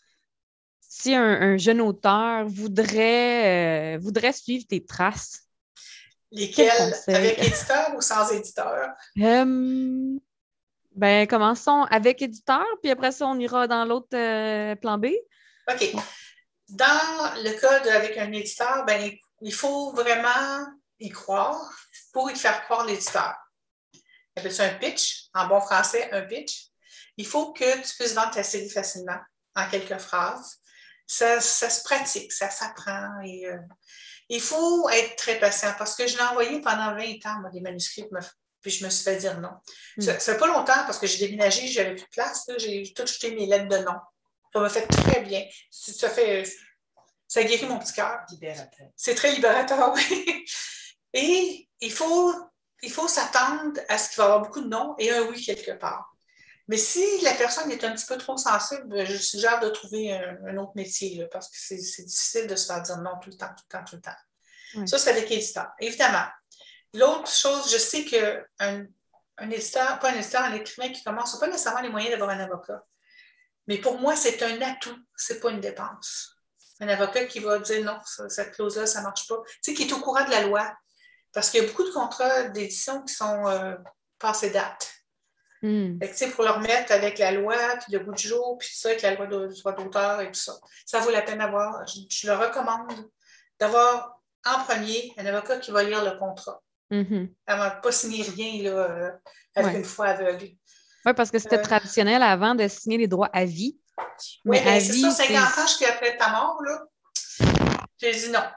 si un, un jeune auteur voudrait, euh, voudrait suivre tes traces, lesquelles? Avec éditeur ou sans éditeur? Euh, ben, commençons avec éditeur, puis après ça, on ira dans l'autre euh, plan B. OK. Dans le cas de, avec un éditeur, ben, il faut vraiment y croire pour y faire croire l'éditeur. On appelle ça un pitch, en bon français, un pitch. Il faut que tu puisses vendre ta série facilement, en quelques phrases. Ça, ça se pratique, ça s'apprend. Et, euh, il faut être très patient parce que je l'ai envoyé pendant vingt ans, moi, des manuscrits, puis je me suis fait dire non. Mm. Ça, ça fait pas longtemps parce que j'ai déménagé, j'avais plus de place, là, j'ai tout jeté mes lettres de non. Ça m'a fait très bien. Ça fait, ça guérit mon petit cœur. Libérateur. C'est très libérateur, oui. Et il faut, il faut s'attendre à ce qu'il va y avoir beaucoup de non et un oui quelque part. Mais si la personne est un petit peu trop sensible, je suggère de trouver un, un autre métier là, parce que c'est, c'est difficile de se faire dire non tout le temps, tout le temps, tout le temps. Oui. Ça, c'est avec l'éditeur. Évidemment. L'autre chose, je sais qu'un un éditeur, pas un éditeur, un écrivain qui commence, n'a pas nécessairement les moyens d'avoir un avocat. Mais pour moi, c'est un atout, ce n'est pas une dépense. Un avocat qui va dire non, ça, cette clause-là, ça ne marche pas. Tu sais, qui est au courant de la loi. Parce qu'il y a beaucoup de contrats d'édition qui sont euh, passés date. Mm. Fait que, tu sais, pour le remettre avec la loi, puis le bout du jour, puis tout ça, avec la loi de droit d'auteur et tout ça. Ça vaut la peine d'avoir. Je, je le recommande d'avoir en premier un avocat qui va lire le contrat. Mm-hmm. Elle ne va pas signer rien là, euh, avec ouais. une foi aveugle. Oui, parce que c'était euh, traditionnel avant de signer les droits à vie. Oui, mais c'est ça, cinquante ans jusqu'à après ta mort, là. J'ai dit non.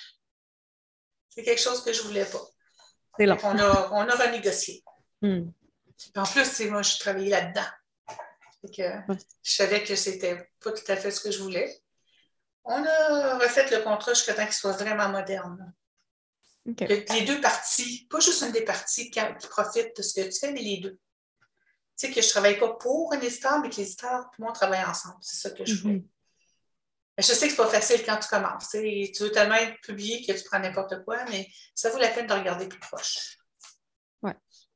C'est quelque chose que je ne voulais pas. C'est long. On a, on a renégocié. Mm. En plus, moi, je travaillais là-dedans. Que, je savais que c'était pas tout à fait ce que je voulais. On a refait le contrat jusqu'à temps qu'il soit vraiment moderne. Okay. Que les deux parties, pas juste une des parties qui, qui profite de ce que tu fais, mais les deux. Tu sais, que je ne travaille pas pour un éditeur, mais que l'éditeur et moi, on travaille ensemble. C'est ça que je voulais. Mm-hmm. Je sais que ce n'est pas facile quand tu commences. Tu veux tellement être publié que tu prends n'importe quoi, mais ça vaut la peine de regarder plus proche. Oui.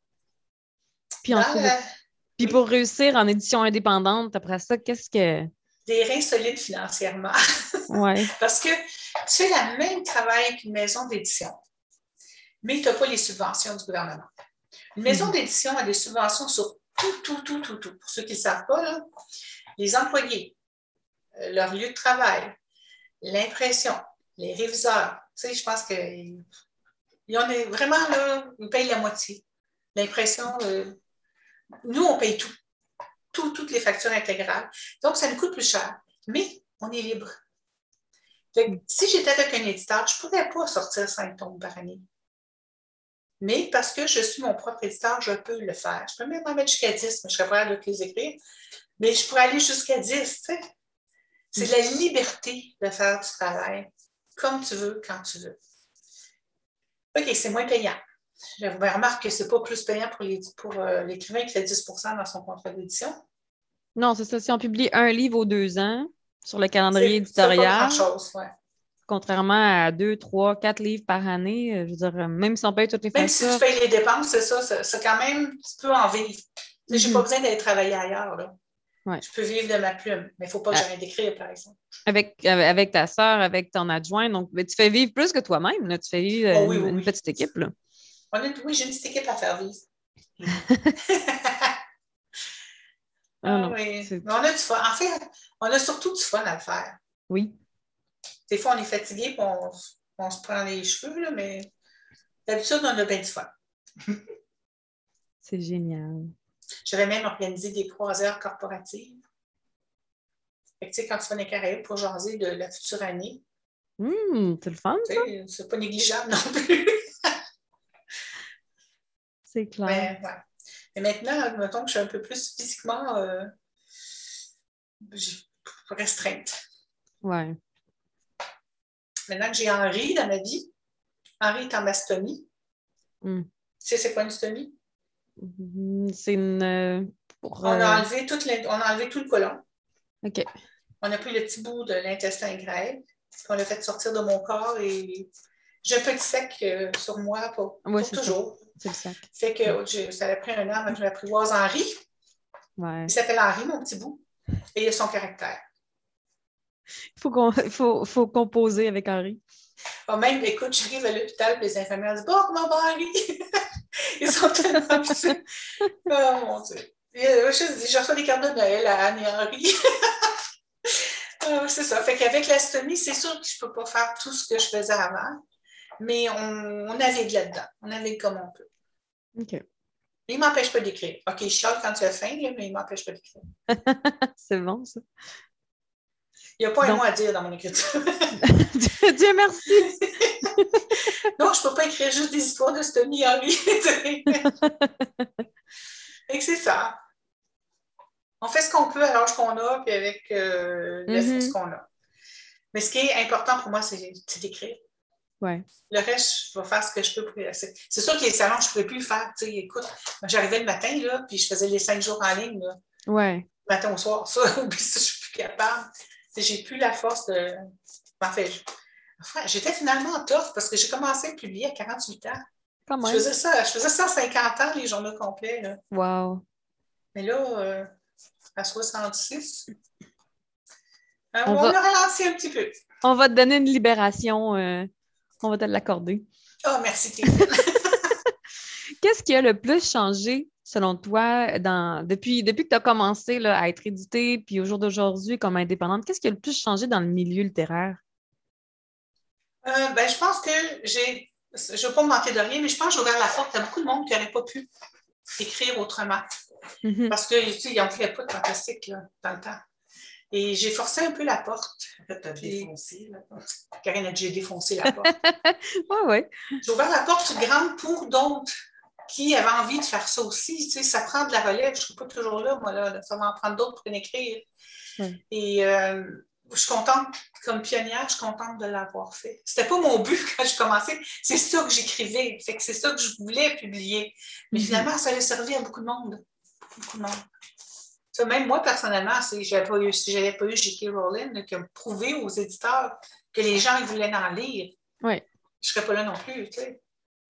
Puis, ensuite, la... Puis pour oui. réussir en édition indépendante, après ça, qu'est-ce que... Des reins solides financièrement. Ouais. Parce que tu fais le même travail qu'une maison d'édition, mais tu n'as pas les subventions du gouvernement. Une maison mm-hmm. d'édition a des subventions sur tout, tout, tout, tout, tout. Pour ceux qui ne savent pas, là, les employés, euh, leur lieu de travail, l'impression, les réviseurs. Tu sais, je pense qu'ils en est vraiment là, ils payent la moitié. L'impression, euh, nous, on paye tout. tout. Toutes les factures intégrales. Donc, ça nous coûte plus cher. Mais on est libre. Fait que, si j'étais avec un éditeur, je ne pourrais pas sortir cinq tomes par année. Mais parce que je suis mon propre éditeur, je peux le faire. Je peux même en mettre jusqu'à dix, mais je serais pas capable de les écrire. Mais je pourrais aller jusqu'à dix, tu sais. C'est de la liberté de faire du travail comme tu veux, quand tu veux. OK, c'est moins payant. Je remarque que ce n'est pas plus payant pour, les, pour euh, l'écrivain qui fait dix pour cent dans son contrat d'édition. Non, c'est ça. Si on publie un livre aux deux ans sur le calendrier C'est, c'est éditorial, pas grand-chose, ouais. contrairement à deux, trois, quatre livres par année, euh, je veux dire, euh, même si on paye toutes les Même si factures. tu payes les dépenses, c'est ça, c'est, c'est quand même, tu peux en vivre. Mm-hmm. Je n'ai pas besoin d'aller travailler ailleurs, là. Ouais. Je peux vivre de ma plume, mais il ne faut pas que ah. j'arrête d'écrire, par exemple. Avec, avec ta sœur, avec ton adjoint, donc tu fais vivre plus que toi-même, là. Tu fais vivre oh, oui, une, oui, une oui. petite équipe, là. On a, oui, j'ai une petite équipe à faire vivre. ah, non, oui. Mais on a du fun. En fait, on a surtout du fun à le faire. Oui. Des fois, on est fatigué et on, on se prend les cheveux, là, mais d'habitude, on a bien du fun. C'est génial. J'avais même organisé des croisières corporatives. Fait que, tu sais, quand tu vas dans les Caraïbes pour jaser de la future année, mmh, c'est le fun, ça? C'est pas négligeable non plus. C'est clair. Mais, ouais. Mais maintenant, mettons que je suis un peu plus physiquement euh, restreinte. Ouais. Maintenant que j'ai Henri dans ma vie, Henri est en mastomie. Mm. Tu sais, c'est quoi une stomie? C'est une. Euh, pour, on, a euh... enlevé toute on a enlevé tout le côlon. OK. On a pris le petit bout de l'intestin grêle, on l'a fait sortir de mon corps et j'ai un petit sac euh, sur moi pour, ouais, pour toujours. Ça. C'est le sac. Fait que ouais. je, ça a pris un an avant que je m'apprivoise Henri. Ouais. Il s'appelle Henri, mon petit bout, et il a son caractère. Il faut, qu'on, faut, faut composer avec Henri. Oh, même, écoute, j'arrive à l'hôpital, les infirmières disent « Bon, comment va Henri? » Ils sont tellement habitués. Oh mon Dieu. Et, euh, je dis, je reçois des cartes de Noël à Anne et Henri. oh, c'est ça. Fait qu'avec l'astomie, c'est sûr que je ne peux pas faire tout ce que je faisais avant, mais on, on navigue là-dedans. On navigue comme on peut. OK. Il ne m'empêche pas d'écrire. OK, je chiale quand tu as faim, là, mais il ne m'empêche pas d'écrire. C'est bon, ça. Il n'y a pas Donc... un mot à dire dans mon écriture. Dieu merci. Non, je ne peux pas écrire juste des histoires de stomie, Henri. Et c'est ça. On fait ce qu'on peut à l'âge qu'on a, puis avec euh, la force mm-hmm. qu'on a. Mais ce qui est important pour moi, c'est, c'est d'écrire. Ouais. Le reste, je vais faire ce que je peux pour c'est, c'est sûr que les salons, je ne pourrais plus le faire. T'sais, écoute, j'arrivais le matin, là, puis je faisais les cinq jours en ligne. Là, ouais. Matin au soir, ça, puis ça, je ne suis plus capable. T'sais, j'ai plus la force de. En fait, je... enfin, j'étais finalement tough parce que j'ai commencé à publier à quarante-huit ans. Quand même. Je faisais ça, je faisais ça à cinquante ans, les journaux complets. Là. Wow. Mais là, euh, à soixante-six, euh, on, on va... a ralenti un petit peu. On va te donner une libération. Euh... On va te l'accorder. Oh, merci. Qu'est-ce qui a le plus changé, selon toi, dans, depuis, depuis que tu as commencé là, à être éditée, puis au jour d'aujourd'hui comme indépendante, qu'est-ce qui a le plus changé dans le milieu littéraire? Euh, ben, je pense que j'ai, je ne veux pas me manquer de rien, mais je pense que j'ai ouvert la porte à beaucoup de monde qui n'aurait pas pu écrire autrement. Mm-hmm. Parce que, tu sais, ils n'en voulaient pas de fantastique là, dans le temps. Et j'ai forcé un peu la porte. En fait, tu as défoncé la porte. Karine a dit, j'ai défoncé la porte. Oui, oui. J'ai ouvert la porte grande pour d'autres qui avaient envie de faire ça aussi. Tu sais, ça prend de la relève. Je ne suis pas toujours là, moi, là. Ça va en prendre d'autres pour écrire. Oui. Et euh, je suis contente, comme pionnière, je suis contente de l'avoir fait. C'était pas mon but quand je commençais. C'est ça que j'écrivais. Fait que c'est ça que je voulais publier. Mais mm-hmm. finalement, ça a servi à beaucoup de monde. Beaucoup, beaucoup de monde. Ça, même moi, personnellement, si je n'avais pas eu, si j'avais pas eu J K. Rowling qui a prouvé aux éditeurs que les gens ils voulaient en lire, oui. je ne serais pas là non plus. Tu sais.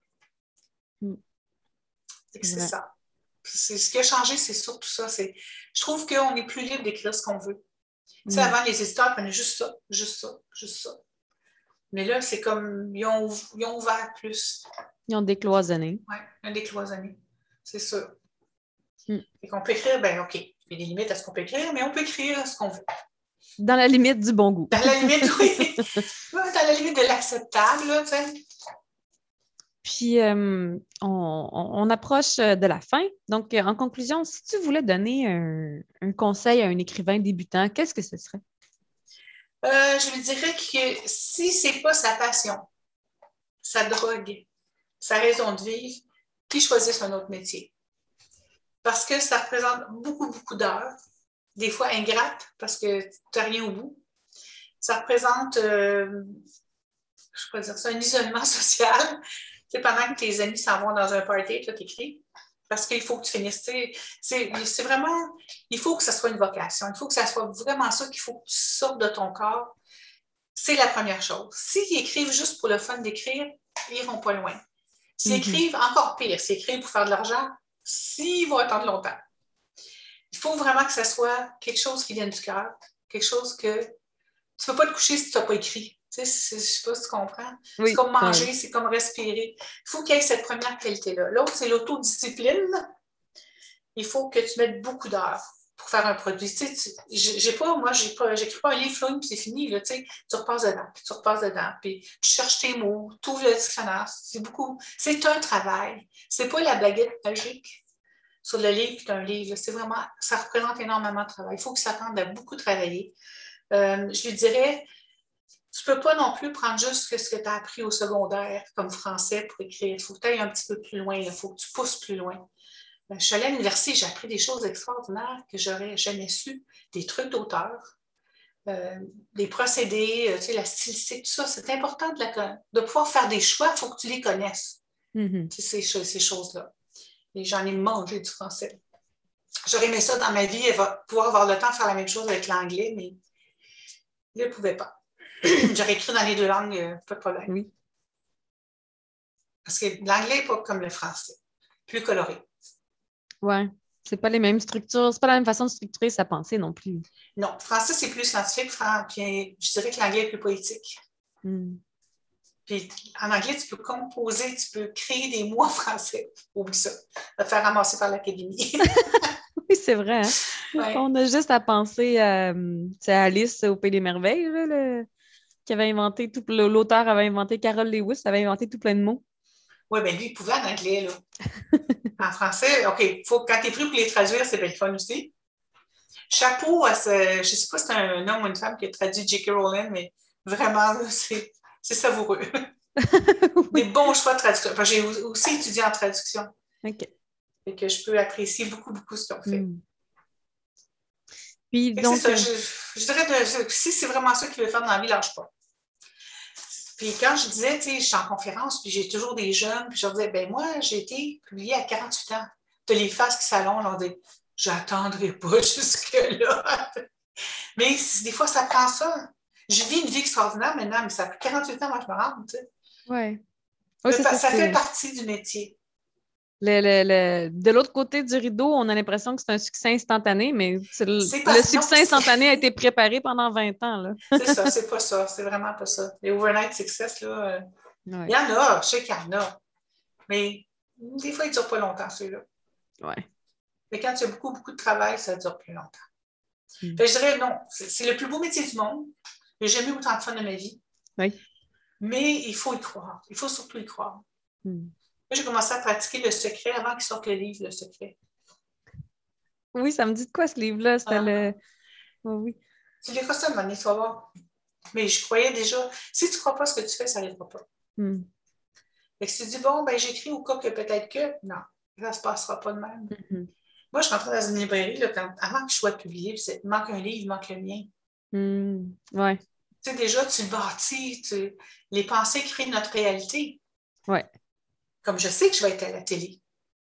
Mm. C'est, c'est ça. C'est, ce qui a changé, c'est surtout ça. C'est, je trouve qu'on est plus libre d'écrire ce qu'on veut. Mm. Tu sais, avant, les éditeurs prenaient juste ça, juste ça, juste ça. Mais là, c'est comme, ils ont, ils ont ouvert plus. Ils ont décloisonné. Oui, ils ont décloisonné. C'est sûr. Mm. Et qu'on peut écrire, ben OK. Il y a des limites à ce qu'on peut écrire, mais on peut écrire ce qu'on veut. Dans la limite du bon goût. Dans la limite, oui. Dans la limite de l'acceptable, là, tu sais. Puis, euh, on, on approche de la fin. Donc, en conclusion, si tu voulais donner un, un conseil à un écrivain débutant, qu'est-ce que ce serait? Euh, je lui dirais que si ce n'est pas sa passion, sa drogue, sa raison de vivre, qu'il choisisse un autre métier. Parce que ça représente beaucoup, beaucoup d'heures, des fois ingrates, parce que tu n'as rien au bout. ça représente, euh, je peux dire ça, un isolement social. C'est pendant que tes amis s'en vont dans un party, toi, t'écris. Parce qu'il faut que tu finisses. C'est, c'est vraiment, il faut que ça soit une vocation. Il faut que ça soit vraiment ça qu'il faut que tu sortes de ton corps. C'est la première chose. S'ils écrivent juste pour le fun d'écrire, ils n'iront pas loin. S'ils mm-hmm. écrivent, encore pire, s'ils écrivent pour faire de l'argent, s'ils vont attendre longtemps. Il faut vraiment que ça soit quelque chose qui vienne du cœur, quelque chose que tu ne peux pas te coucher si tu n'as pas écrit. Tu sais, je ne sais pas si tu comprends. Oui, c'est comme manger, oui. C'est comme respirer. Il faut qu'il y ait cette première qualité-là. L'autre, c'est l'autodiscipline. Il faut que tu mettes beaucoup d'heures pour faire un produit. Tu sais, tu, j'ai pas, moi, j'ai pas, j'écris pas un livre flou, puis c'est fini. Là, tu sais, tu repasses dedans, puis tu repasses dedans, puis tu cherches tes mots, tu ouvres le dictionnaire. C'est beaucoup. C'est un travail. C'est pas la baguette magique sur le livre, puis un livre. C'est vraiment, ça représente énormément de travail. Il faut que ça tente à beaucoup travailler. Euh, je lui dirais, tu ne peux pas non plus prendre juste ce que tu as appris au secondaire comme français pour écrire. Il faut que tu ailles un petit peu plus loin. Il faut que tu pousses plus loin. Je suis allée à l'université, j'ai appris des choses extraordinaires que je n'aurais jamais su. Des trucs d'auteur, euh, des procédés, tu sais, la stylistique, tout ça. C'est important de, la, de pouvoir faire des choix. Il faut que tu les connaisses, mm-hmm. ces, ces choses-là. Et j'en ai mangé du français. J'aurais aimé ça dans ma vie, pouvoir avoir le temps de faire la même chose avec l'anglais, mais je ne pouvais pas. J'aurais écrit dans les deux langues, euh, pas de problème. Oui. Parce que l'anglais n'est pas comme le français, plus coloré. Oui, c'est pas les mêmes structures, c'est pas la même façon de structurer sa pensée non plus. Non, le français, c'est plus scientifique, puis je dirais que l'anglais est plus poétique. Mm. Puis en anglais, tu peux composer, tu peux créer des mots en français. Oublie ça. Va te faire ramasser par l'Académie. Oui, c'est vrai. Hein? Ouais. On a juste à penser à, à Alice au Pays des Merveilles, là, le... qui avait inventé tout, l'auteur avait inventé, Carol Lewis avait inventé tout plein de mots. Oui, bien lui, il pouvait en anglais, là. En français, OK, faut, quand tu es pris pour les traduire, c'est bien le fun aussi. Chapeau à ce, je ne sais pas si c'est un homme ou une femme qui a traduit J K Rowling, mais vraiment, c'est, c'est savoureux. Oui. Des bons choix de traduction. Enfin, j'ai aussi étudié en traduction. OK. Et que je peux apprécier beaucoup, beaucoup ce qu'ils ont fait. Mm. Puis, donc, c'est ça, je, je dirais, de, si c'est vraiment ça qu'il veut faire dans la vie, lâche pas. Puis quand je disais, tu sais, je suis en conférence, puis j'ai toujours des jeunes, puis je leur disais, ben moi, j'ai été publiée à quarante-huit ans. Tu as les faces qui s'allongent, on dit, j'attendrai pas jusque-là. Mais des fois, ça prend ça. Je vis une vie extraordinaire maintenant, mais ça fait quarante-huit ans, moi, je me rends, tu sais. Oui. Ouais, ça, ça, ça fait partie du métier. Le, le, le, de l'autre côté du rideau, on a l'impression que c'est un succès instantané, mais c'est le, c'est pas, le succès non, instantané a été préparé pendant vingt ans. Là. C'est ça, c'est pas ça. C'est vraiment pas ça. Les overnight success, là, euh, ouais. Il y en a, je sais qu'il y en a. Mais des fois, ils ne durent pas longtemps, ceux-là. Ouais. Mais quand il y a beaucoup, beaucoup de travail, ça dure plus longtemps. Mm. Fait, je dirais non, c'est, c'est le plus beau métier du monde. J'ai jamais eu autant de fun de ma vie. Oui. Mais il faut y croire. Il faut surtout y croire. Mm. J'ai commencé à pratiquer Le Secret avant qu'il sorte le livre, Le Secret. Oui, ça me dit de quoi ce livre-là? C'était ah. le... Oh, oui. Tu liras ça de manière, tu vas voir. Mais je croyais déjà, si tu ne crois pas ce que tu fais, ça n'arrivera pas. Mm. Fait que si tu dis, bon, ben j'écris au cas que peut-être que, non, ça ne se passera pas de même. Mm-hmm. Moi, je rentrais dans une librairie, là, quand, avant que je sois publiée, il manque un livre, il manque le mien. Mm. Ouais. Tu sais, déjà, tu le bâtis, tu... les pensées créent notre réalité. Ouais. Comme je sais que je vais être à la télé.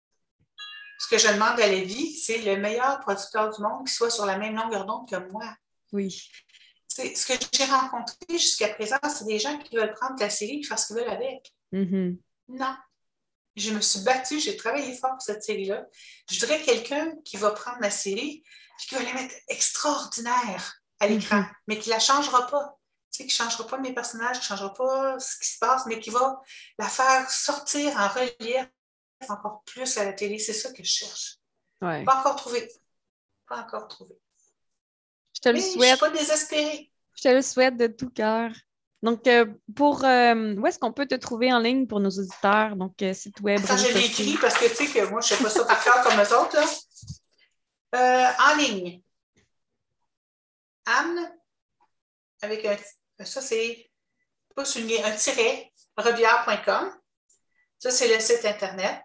Ce que je demande à la vie, c'est le meilleur producteur du monde qui soit sur la même longueur d'onde que moi. Oui. C'est, ce que j'ai rencontré jusqu'à présent, c'est des gens qui veulent prendre la série et faire ce qu'ils veulent avec. Mm-hmm. Non. Je me suis battue, j'ai travaillé fort pour cette série-là. Je voudrais quelqu'un qui va prendre la série et qui va la mettre extraordinaire à l'écran, mm-hmm. mais qui ne la changera pas. Tu sais, qui ne changera pas mes personnages, qui ne changera pas ce qui se passe, mais qui va la faire sortir en relief encore plus à la télé. C'est ça que je cherche. Ouais. Pas encore trouvé. Pas encore trouvé. Je te le mais souhaite. Je ne suis pas désespérée. Je te le souhaite de tout cœur. Donc, euh, pour euh, où est-ce qu'on peut te trouver en ligne pour nos auditeurs? Donc, euh, site web. Attends, je l'ai écrit parce que tu sais que moi, je ne sais pas ça par cœur comme eux autres. Là. Euh, en ligne. Anne, avec un ça, c'est pas souligné, un tiret, rebière point com. Ça, c'est le site Internet.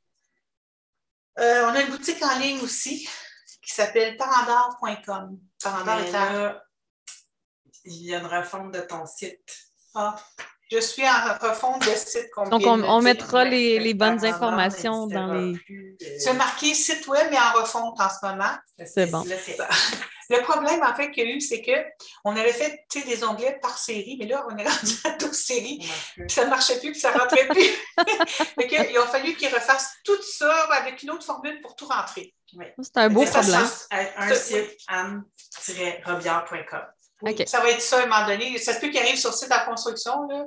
Euh, on a une boutique en ligne aussi qui s'appelle parandard point com. Parandard est à... il y a une refonte de ton site. Ah, je suis en refonte de site. Donc, on, on mettra les, les bonnes informations dans les... C'est marqué site web, mais en refonte en ce moment. C'est bon. Là, c'est... Le problème, en fait, qu'il y a eu, c'est qu'on avait fait des onglets par série, mais là, on est rendu à douze séries, puis ça ne marchait plus, puis ça ne rentrait plus. Fait que, il a fallu qu'ils refassent tout ça avec une autre formule pour tout rentrer. Oui. C'est un beau problème. Un site, anne tiret robillard point com. Oui, okay. Ça va être ça à un moment donné. Ça se peut qu'il arrive sur le site en construction. Là.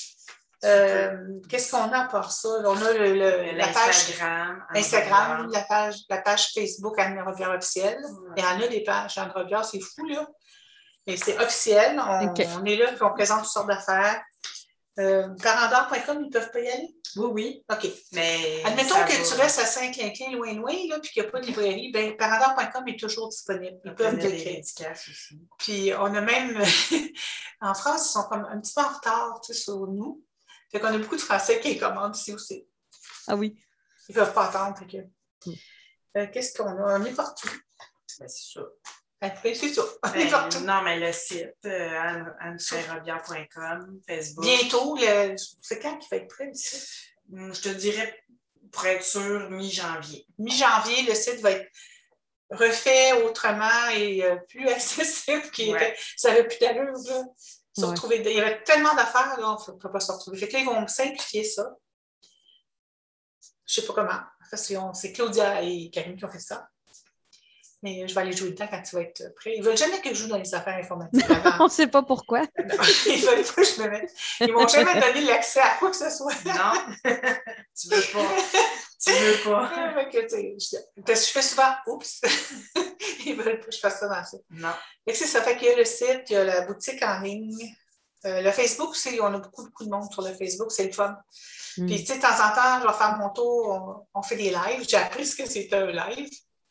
Euh, qu'est-ce qu'on a pour ça? On a le, le, la page Instagram, Instagram, la page, la page Facebook Anne Robillard officielle. Ouais. Il y en a des pages Anne Robillard, c'est fou, là. Mais c'est officiel. On, okay. on est là, puis on présente toutes sortes d'affaires. Euh, Parandor point com, ils ne peuvent pas y aller? Oui, oui. OK. Mais admettons que va... tu restes à Saint-Clinclin, loin, loin, là, puis qu'il n'y a pas de librairie, bien, Parandor point com est toujours disponible. Ils peuvent le créer. Puis on a même, en France, ils sont comme un petit peu en retard, tu sais, sur nous. Fait qu'on a beaucoup de Français qui les commandent ici aussi. Ah oui. Ils ne peuvent pas attendre. Fait que... mm. euh, qu'est-ce qu'on a? On est partout. Ben, c'est ça. Ben, c'est ça. On ben, est partout. Non, mais le site, euh, anne tiret robillard point com, Facebook. Bientôt, le... c'est quand qu'il va être prêt, le site? Je te dirais, pour être sûr, mi-janvier. Mi-janvier, le site va être refait autrement et euh, plus accessible. Qui ouais. était... Ça n'avait plus d'allure, là. Se ouais. retrouver... Il y avait tellement d'affaires, là, on ne peut pas se retrouver. Fait que là, ils vont simplifier ça. Je ne sais pas comment. Enfin, c'est Claudia et Karine qui ont fait ça. Mais je vais aller jouer dedans quand tu vas être prêt. Ils ne veulent jamais que je joue dans les affaires informatiques. On ne sait pas pourquoi. Non, ils ne veulent pas que je me mette. Ils ne m'ont jamais donné l'accès à quoi que ce soit. Non, tu ne veux pas. Tu ne veux pas. Parce que je fais souvent « Oups! » Ils ne veulent pas que je fasse ça dans ça. Non. Et c'est ça. Fait qu'il y a le site, il y a la boutique en ligne. Euh, le Facebook aussi, on a beaucoup, beaucoup de monde sur le Facebook. C'est le fun. Mm. Puis, tu sais, de temps en temps, je vais faire mon tour, on, on fait des lives. J'ai appris ce que c'était un live.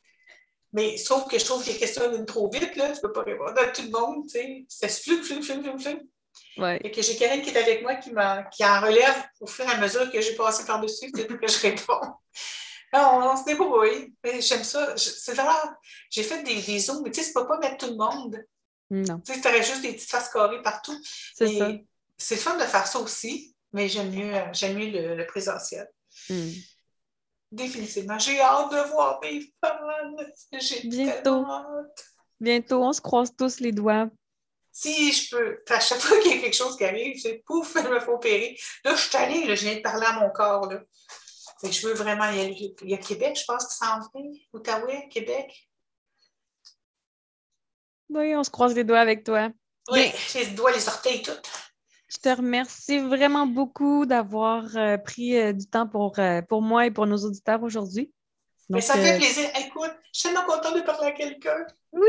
Mais sauf que je trouve que les questions viennent trop vite, là. Tu ne peux pas répondre à tout le monde, tu sais. C'est flou, flou, flou, flou, flou. Ouais. Et que j'ai Karine qui est avec moi qui, qui en relève au fur et à mesure que j'ai passé par-dessus, c'est tout que je réponds. Alors, on, on se débrouille. J'aime ça. C'est vraiment... J'ai fait des, des zooms, mais tu sais, tu ne peux pas mettre tout le monde. Non. Tu sais, tu aurais juste des petites faces carrées partout. C'est ça. C'est le fun de faire ça aussi, mais j'aime mieux, j'aime mieux le, le présentiel. Mm. Définitivement. J'ai hâte de voir mes fans. J'ai Bientôt. hâte. Bientôt, on se croise tous les doigts. Si je peux, à chaque fois qu'il y a quelque chose qui arrive, c'est pouf, je me fais opérer. Là, je suis allée, là, je viens de parler à mon corps. Là. Fait que je veux vraiment y aller. Il y a Québec, je pense, qui s'en vient. Outaouais, Québec. Oui, on se croise les doigts avec toi. Oui, les doigts, les orteils, tout. Je te remercie vraiment beaucoup d'avoir euh, pris euh, du temps pour, euh, pour moi et pour nos auditeurs aujourd'hui. Donc, mais ça euh... fait plaisir. Écoute, je suis tellement contente de parler à quelqu'un. Oui!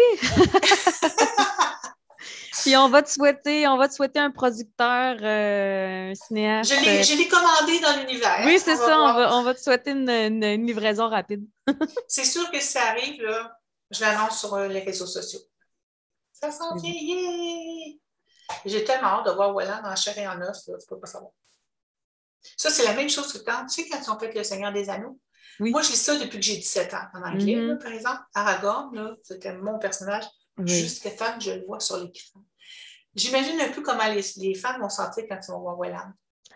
Puis on va te souhaiter, on va te souhaiter un producteur, euh, un cinéaste. Je l'ai, je l'ai commandé dans l'univers. Oui, c'est on ça, on va, on va te souhaiter une, une, une livraison rapide. C'est sûr que si ça arrive, là, je l'annonce sur les réseaux sociaux. Ça s'en vient, yeah! J'ai tellement hâte de voir Walland en chair et en os, là, tu peux pas savoir. Ça, c'est la même chose que quand, tu sais, quand ils ont fait Le Seigneur des Anneaux. Oui. Moi, je lis ça depuis que j'ai dix-sept ans, en anglais, mm-hmm. là, par exemple. Aragorn, là, c'était mon personnage, oui. Jusqu'à temps que je le vois sur l'écran. J'imagine un peu comment les, les fans vont sentir quand ils vont voir Walland.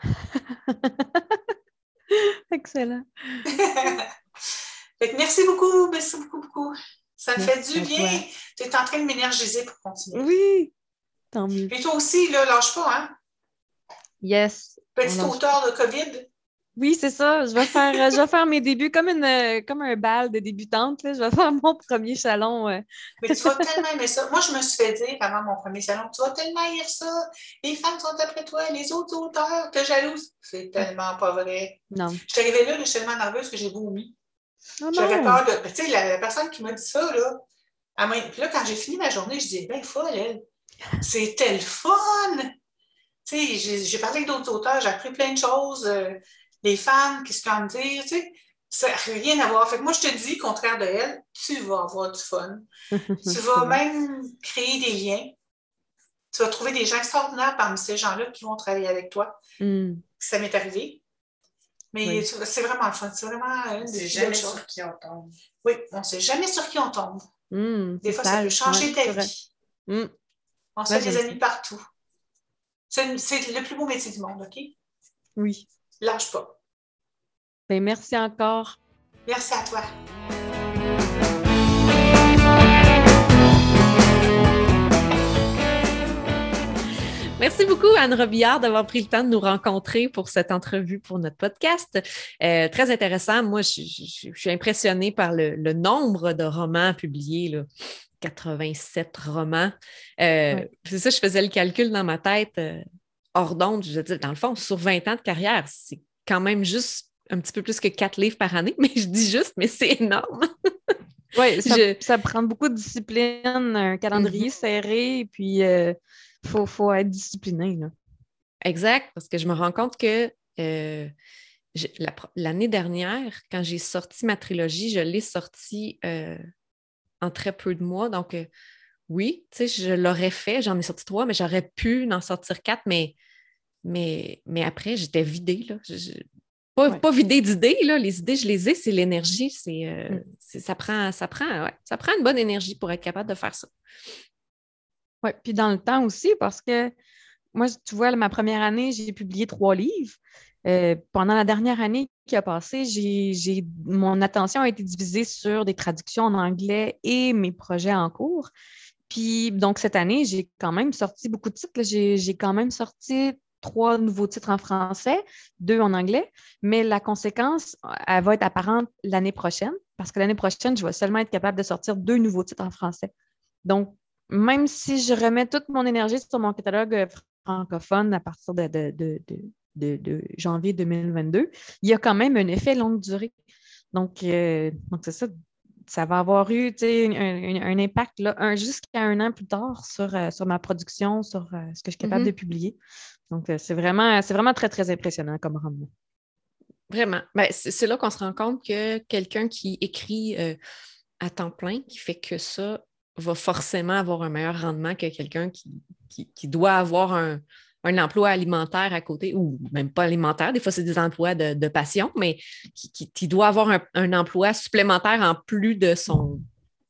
Excellent. Fait que merci beaucoup, merci beaucoup, beaucoup. Ça me merci fait du bien. Tu es en train de m'énergiser pour continuer. Oui, tant mieux. Et toi aussi, là, lâche pas, hein? Yes. Petit auteur de COVID. Oui, c'est ça. Je vais faire, je vais faire mes débuts comme, une, comme un bal de débutante. Là. Je vais faire mon premier salon. Euh. Mais tu vas tellement aimer ça. Moi, je me suis fait dire avant mon premier salon, tu vas tellement aimer ça. Les femmes sont après toi, les autres auteurs, te jalouse. C'est tellement pas vrai. Non. Je suis arrivée là, je suis tellement nerveuse que j'ai vomi. Oh J'avais peur de. Tu sais, la, la personne qui m'a dit ça, là, elle m'a... Puis là, quand j'ai fini ma journée, je disais, ben, folle, elle. C'était le fun. Tu sais, j'ai, j'ai parlé avec d'autres auteurs, j'ai appris plein de choses. Euh, les femmes, qu'est-ce qu'elles vont me dire, tu sais, ça n'a rien à voir. Fait que moi, je te dis, contraire de elle, tu vas avoir du fun. Tu vas même créer des liens. Tu vas trouver des gens extraordinaires parmi ces gens-là qui vont travailler avec toi. Mm. Ça m'est arrivé. Mais oui. C'est vraiment le fun. C'est vraiment une des jamais sur choses. Qui on tombe. Oui, on ne sait jamais sur qui on tombe. Mm, des fois, ça peut changer ouais, ta vie. Mm. On se Ouais, fait des j'aime amis ça. partout. C'est, c'est le plus beau métier du monde, OK? Oui. Lâche pas. Ben, merci encore. Merci à toi. Merci beaucoup, Anne Robillard, d'avoir pris le temps de nous rencontrer pour cette entrevue pour notre podcast. Euh, très intéressant. Moi, je, je, je suis impressionnée par le, le nombre de romans publiés, là. quatre-vingt-sept romans. Euh, Ouais. C'est ça, je faisais le calcul dans ma tête, euh, hors d'onde. Je dis, dans le fond, sur vingt ans de carrière, c'est quand même juste un petit peu plus que quatre livres par année, mais je dis juste, mais c'est énorme. Oui, ça, Je- ça prend beaucoup de discipline, un calendrier Mhm. serré, et puis il euh, faut, faut être discipliné, là. Exact, parce que je me rends compte que euh, je- la pro- l'année dernière, quand j'ai sorti ma trilogie, je l'ai sortie euh, en très peu de mois. Donc, euh, oui, tu sais, je l'aurais fait. J'en ai sorti trois, mais j'aurais pu en sortir quatre. Mais, mais, mais après, j'étais vidée, là. Je- je- pas, Ouais. pas vidée d'idées, là. Les idées, je les ai, c'est l'énergie. C'est, euh, Mm. c'est- ça prend, ça prend, ouais, ça prend une bonne énergie pour être capable de faire ça. Oui, puis dans le temps aussi, parce que moi, tu vois, ma première année, j'ai publié trois livres. Euh, pendant la dernière année qui a passé, j'ai, j'ai, mon attention a été divisée sur des traductions en anglais et mes projets en cours. Puis, donc, cette année, j'ai quand même sorti beaucoup de titres, là. J'ai, j'ai quand même sorti trois nouveaux titres en français, deux en anglais, mais la conséquence, elle va être apparente l'année prochaine, parce que l'année prochaine, je vais seulement être capable de sortir deux nouveaux titres en français. Donc, même si je remets toute mon énergie sur mon catalogue euh, francophone à partir de, de, de, de, de- de janvier deux mille vingt-deux, il y a quand même un effet longue durée. Donc, euh, donc c'est ça. Ça va avoir eu, tu sais, un, un- un impact là, un- jusqu'à un an plus tard sur, euh, sur ma production, sur euh, ce que je suis capable de Mhm. publier. Donc, euh, c'est vraiment, c'est vraiment très, très impressionnant comme rendement. Vraiment. Ben, c'est c'est là qu'on se rend compte que quelqu'un qui écrit euh, à temps plein, qui fait que ça, va forcément avoir un meilleur rendement que quelqu'un qui, qui, qui doit avoir un, un emploi alimentaire à côté, ou même pas alimentaire, des fois c'est des emplois de, de passion, mais qui, qui, qui doit avoir un, un emploi supplémentaire en plus de son,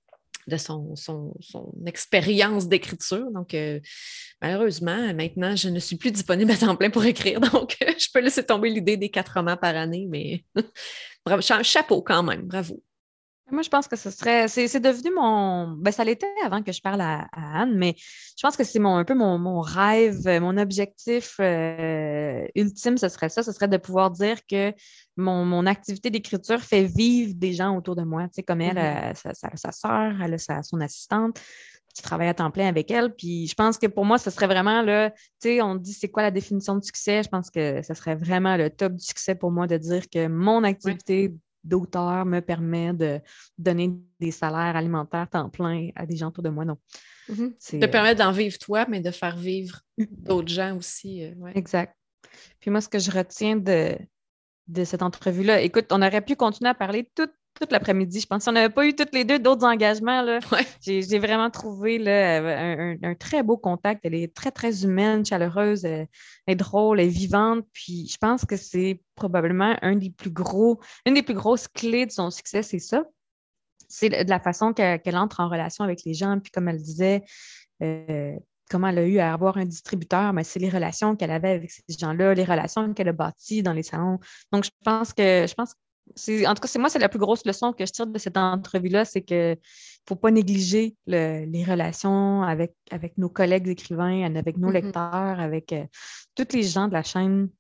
de son, son, son expérience d'écriture. Donc, euh, malheureusement, maintenant, je ne suis plus disponible à temps plein pour écrire, donc euh, je peux laisser tomber l'idée des quatre romans par année, mais bravo, cha- chapeau quand même, bravo. Moi, je pense que ce serait. C'est c'est devenu mon. Ben, ça l'était avant que je parle à, à Anne, mais je pense que c'est mon, un peu mon, mon rêve, euh, mon objectif euh, ultime, ce serait ça. Ce serait de pouvoir dire que mon, mon activité d'écriture fait vivre des gens autour de moi. Tu sais, comme elle, Mhm. euh, sa, sa, sa sœur, elle a sa- son assistante qui travaille à temps plein avec elle. Puis je pense que pour moi, ce serait vraiment là, tu sais, on dit c'est quoi la définition de succès. Je pense que ce serait vraiment le top du succès pour moi de dire que mon Ouais. activité d'auteur me permet de donner des salaires alimentaires temps plein à des gens autour de moi. Donc, Mhm. c'est Te euh, permettre d'en vivre toi, mais de faire vivre d'autres gens aussi. euh, ouais. exact. Puis moi, ce que je retiens de, de cette entrevue-là, écoute, on aurait pu continuer à parler toute, toute l'après-midi. Je pense si on n'avait pas eu toutes les deux d'autres engagements, là, Ouais. j'ai, j'ai vraiment trouvé là, un, un- un très beau contact. Elle est très, très humaine, chaleureuse, elle, elle est drôle, elle est vivante. Puis je pense que c'est probablement un des plus gros, une des plus grosses clés de son succès, c'est ça. C'est de la façon qu'elle qu'elle entre en relation avec les gens. Puis comme elle disait, euh, comment elle a eu à avoir un distributeur, mais c'est les relations qu'elle avait avec ces gens-là, les relations qu'elle a bâties dans les salons. Donc, je pense que, je pense que c'est, en tout cas, c'est moi, c'est la plus grosse leçon que je tire de cette entrevue-là, c'est qu'il ne faut pas négliger le- les relations avec, avec nos collègues écrivains, avec nos Mhm. lecteurs, avec euh, tous les gens de la chaîne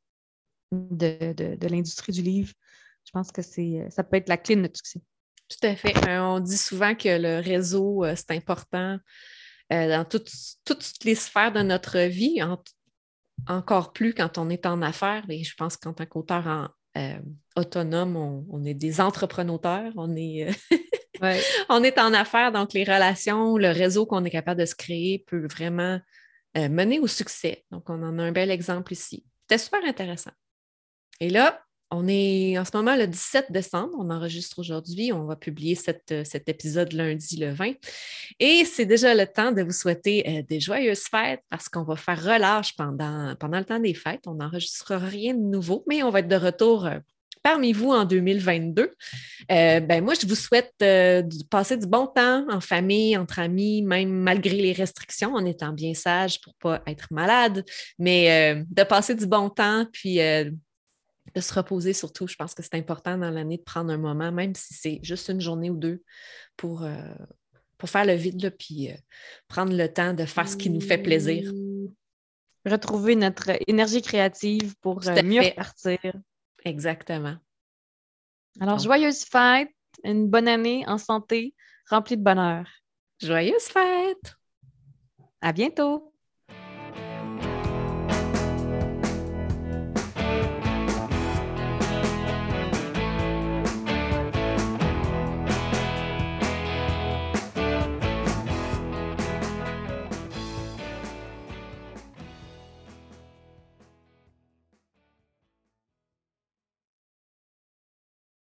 de, de, de l'industrie du livre. Je pense que c'est, ça peut être la clé de notre succès. Tout à fait. Euh, on dit souvent que le réseau, euh, c'est important euh, dans toutes, toutes les sphères de notre vie, en- encore plus quand on est en affaires. Et je pense qu'en tant qu'auteur en, euh, autonome, on, on est des entrepreneurs, on est, euh, Ouais. on est en affaires, donc les relations, le réseau qu'on est capable de se créer peut vraiment euh, mener au succès. Donc, on en a un bel exemple ici. C'était super intéressant. Et là, on est en ce moment le dix-sept décembre, on enregistre aujourd'hui, on va publier cette, cet épisode lundi le vingt. Et c'est déjà le temps de vous souhaiter euh, des joyeuses fêtes parce qu'on va faire relâche pendant, pendant le temps des fêtes. On n'enregistrera rien de nouveau, mais on va être de retour euh, parmi vous en deux mille vingt-deux. Euh, ben moi, je vous souhaite euh, de passer du bon temps en famille, entre amis, même malgré les restrictions, en étant bien sage pour ne pas être malade, mais euh, de passer du bon temps, puis euh, de se reposer surtout. Je pense que c'est important dans l'année de prendre un moment, même si c'est juste une journée ou deux, pour, euh, pour faire le vide, là, puis euh, prendre le temps de faire ce qui nous fait plaisir. Retrouver notre énergie créative pour Tout à mieux fait. repartir. Exactement. Alors, Donc, joyeuse fête, une bonne année en santé, remplie de bonheur. joyeuses fêtes! À bientôt!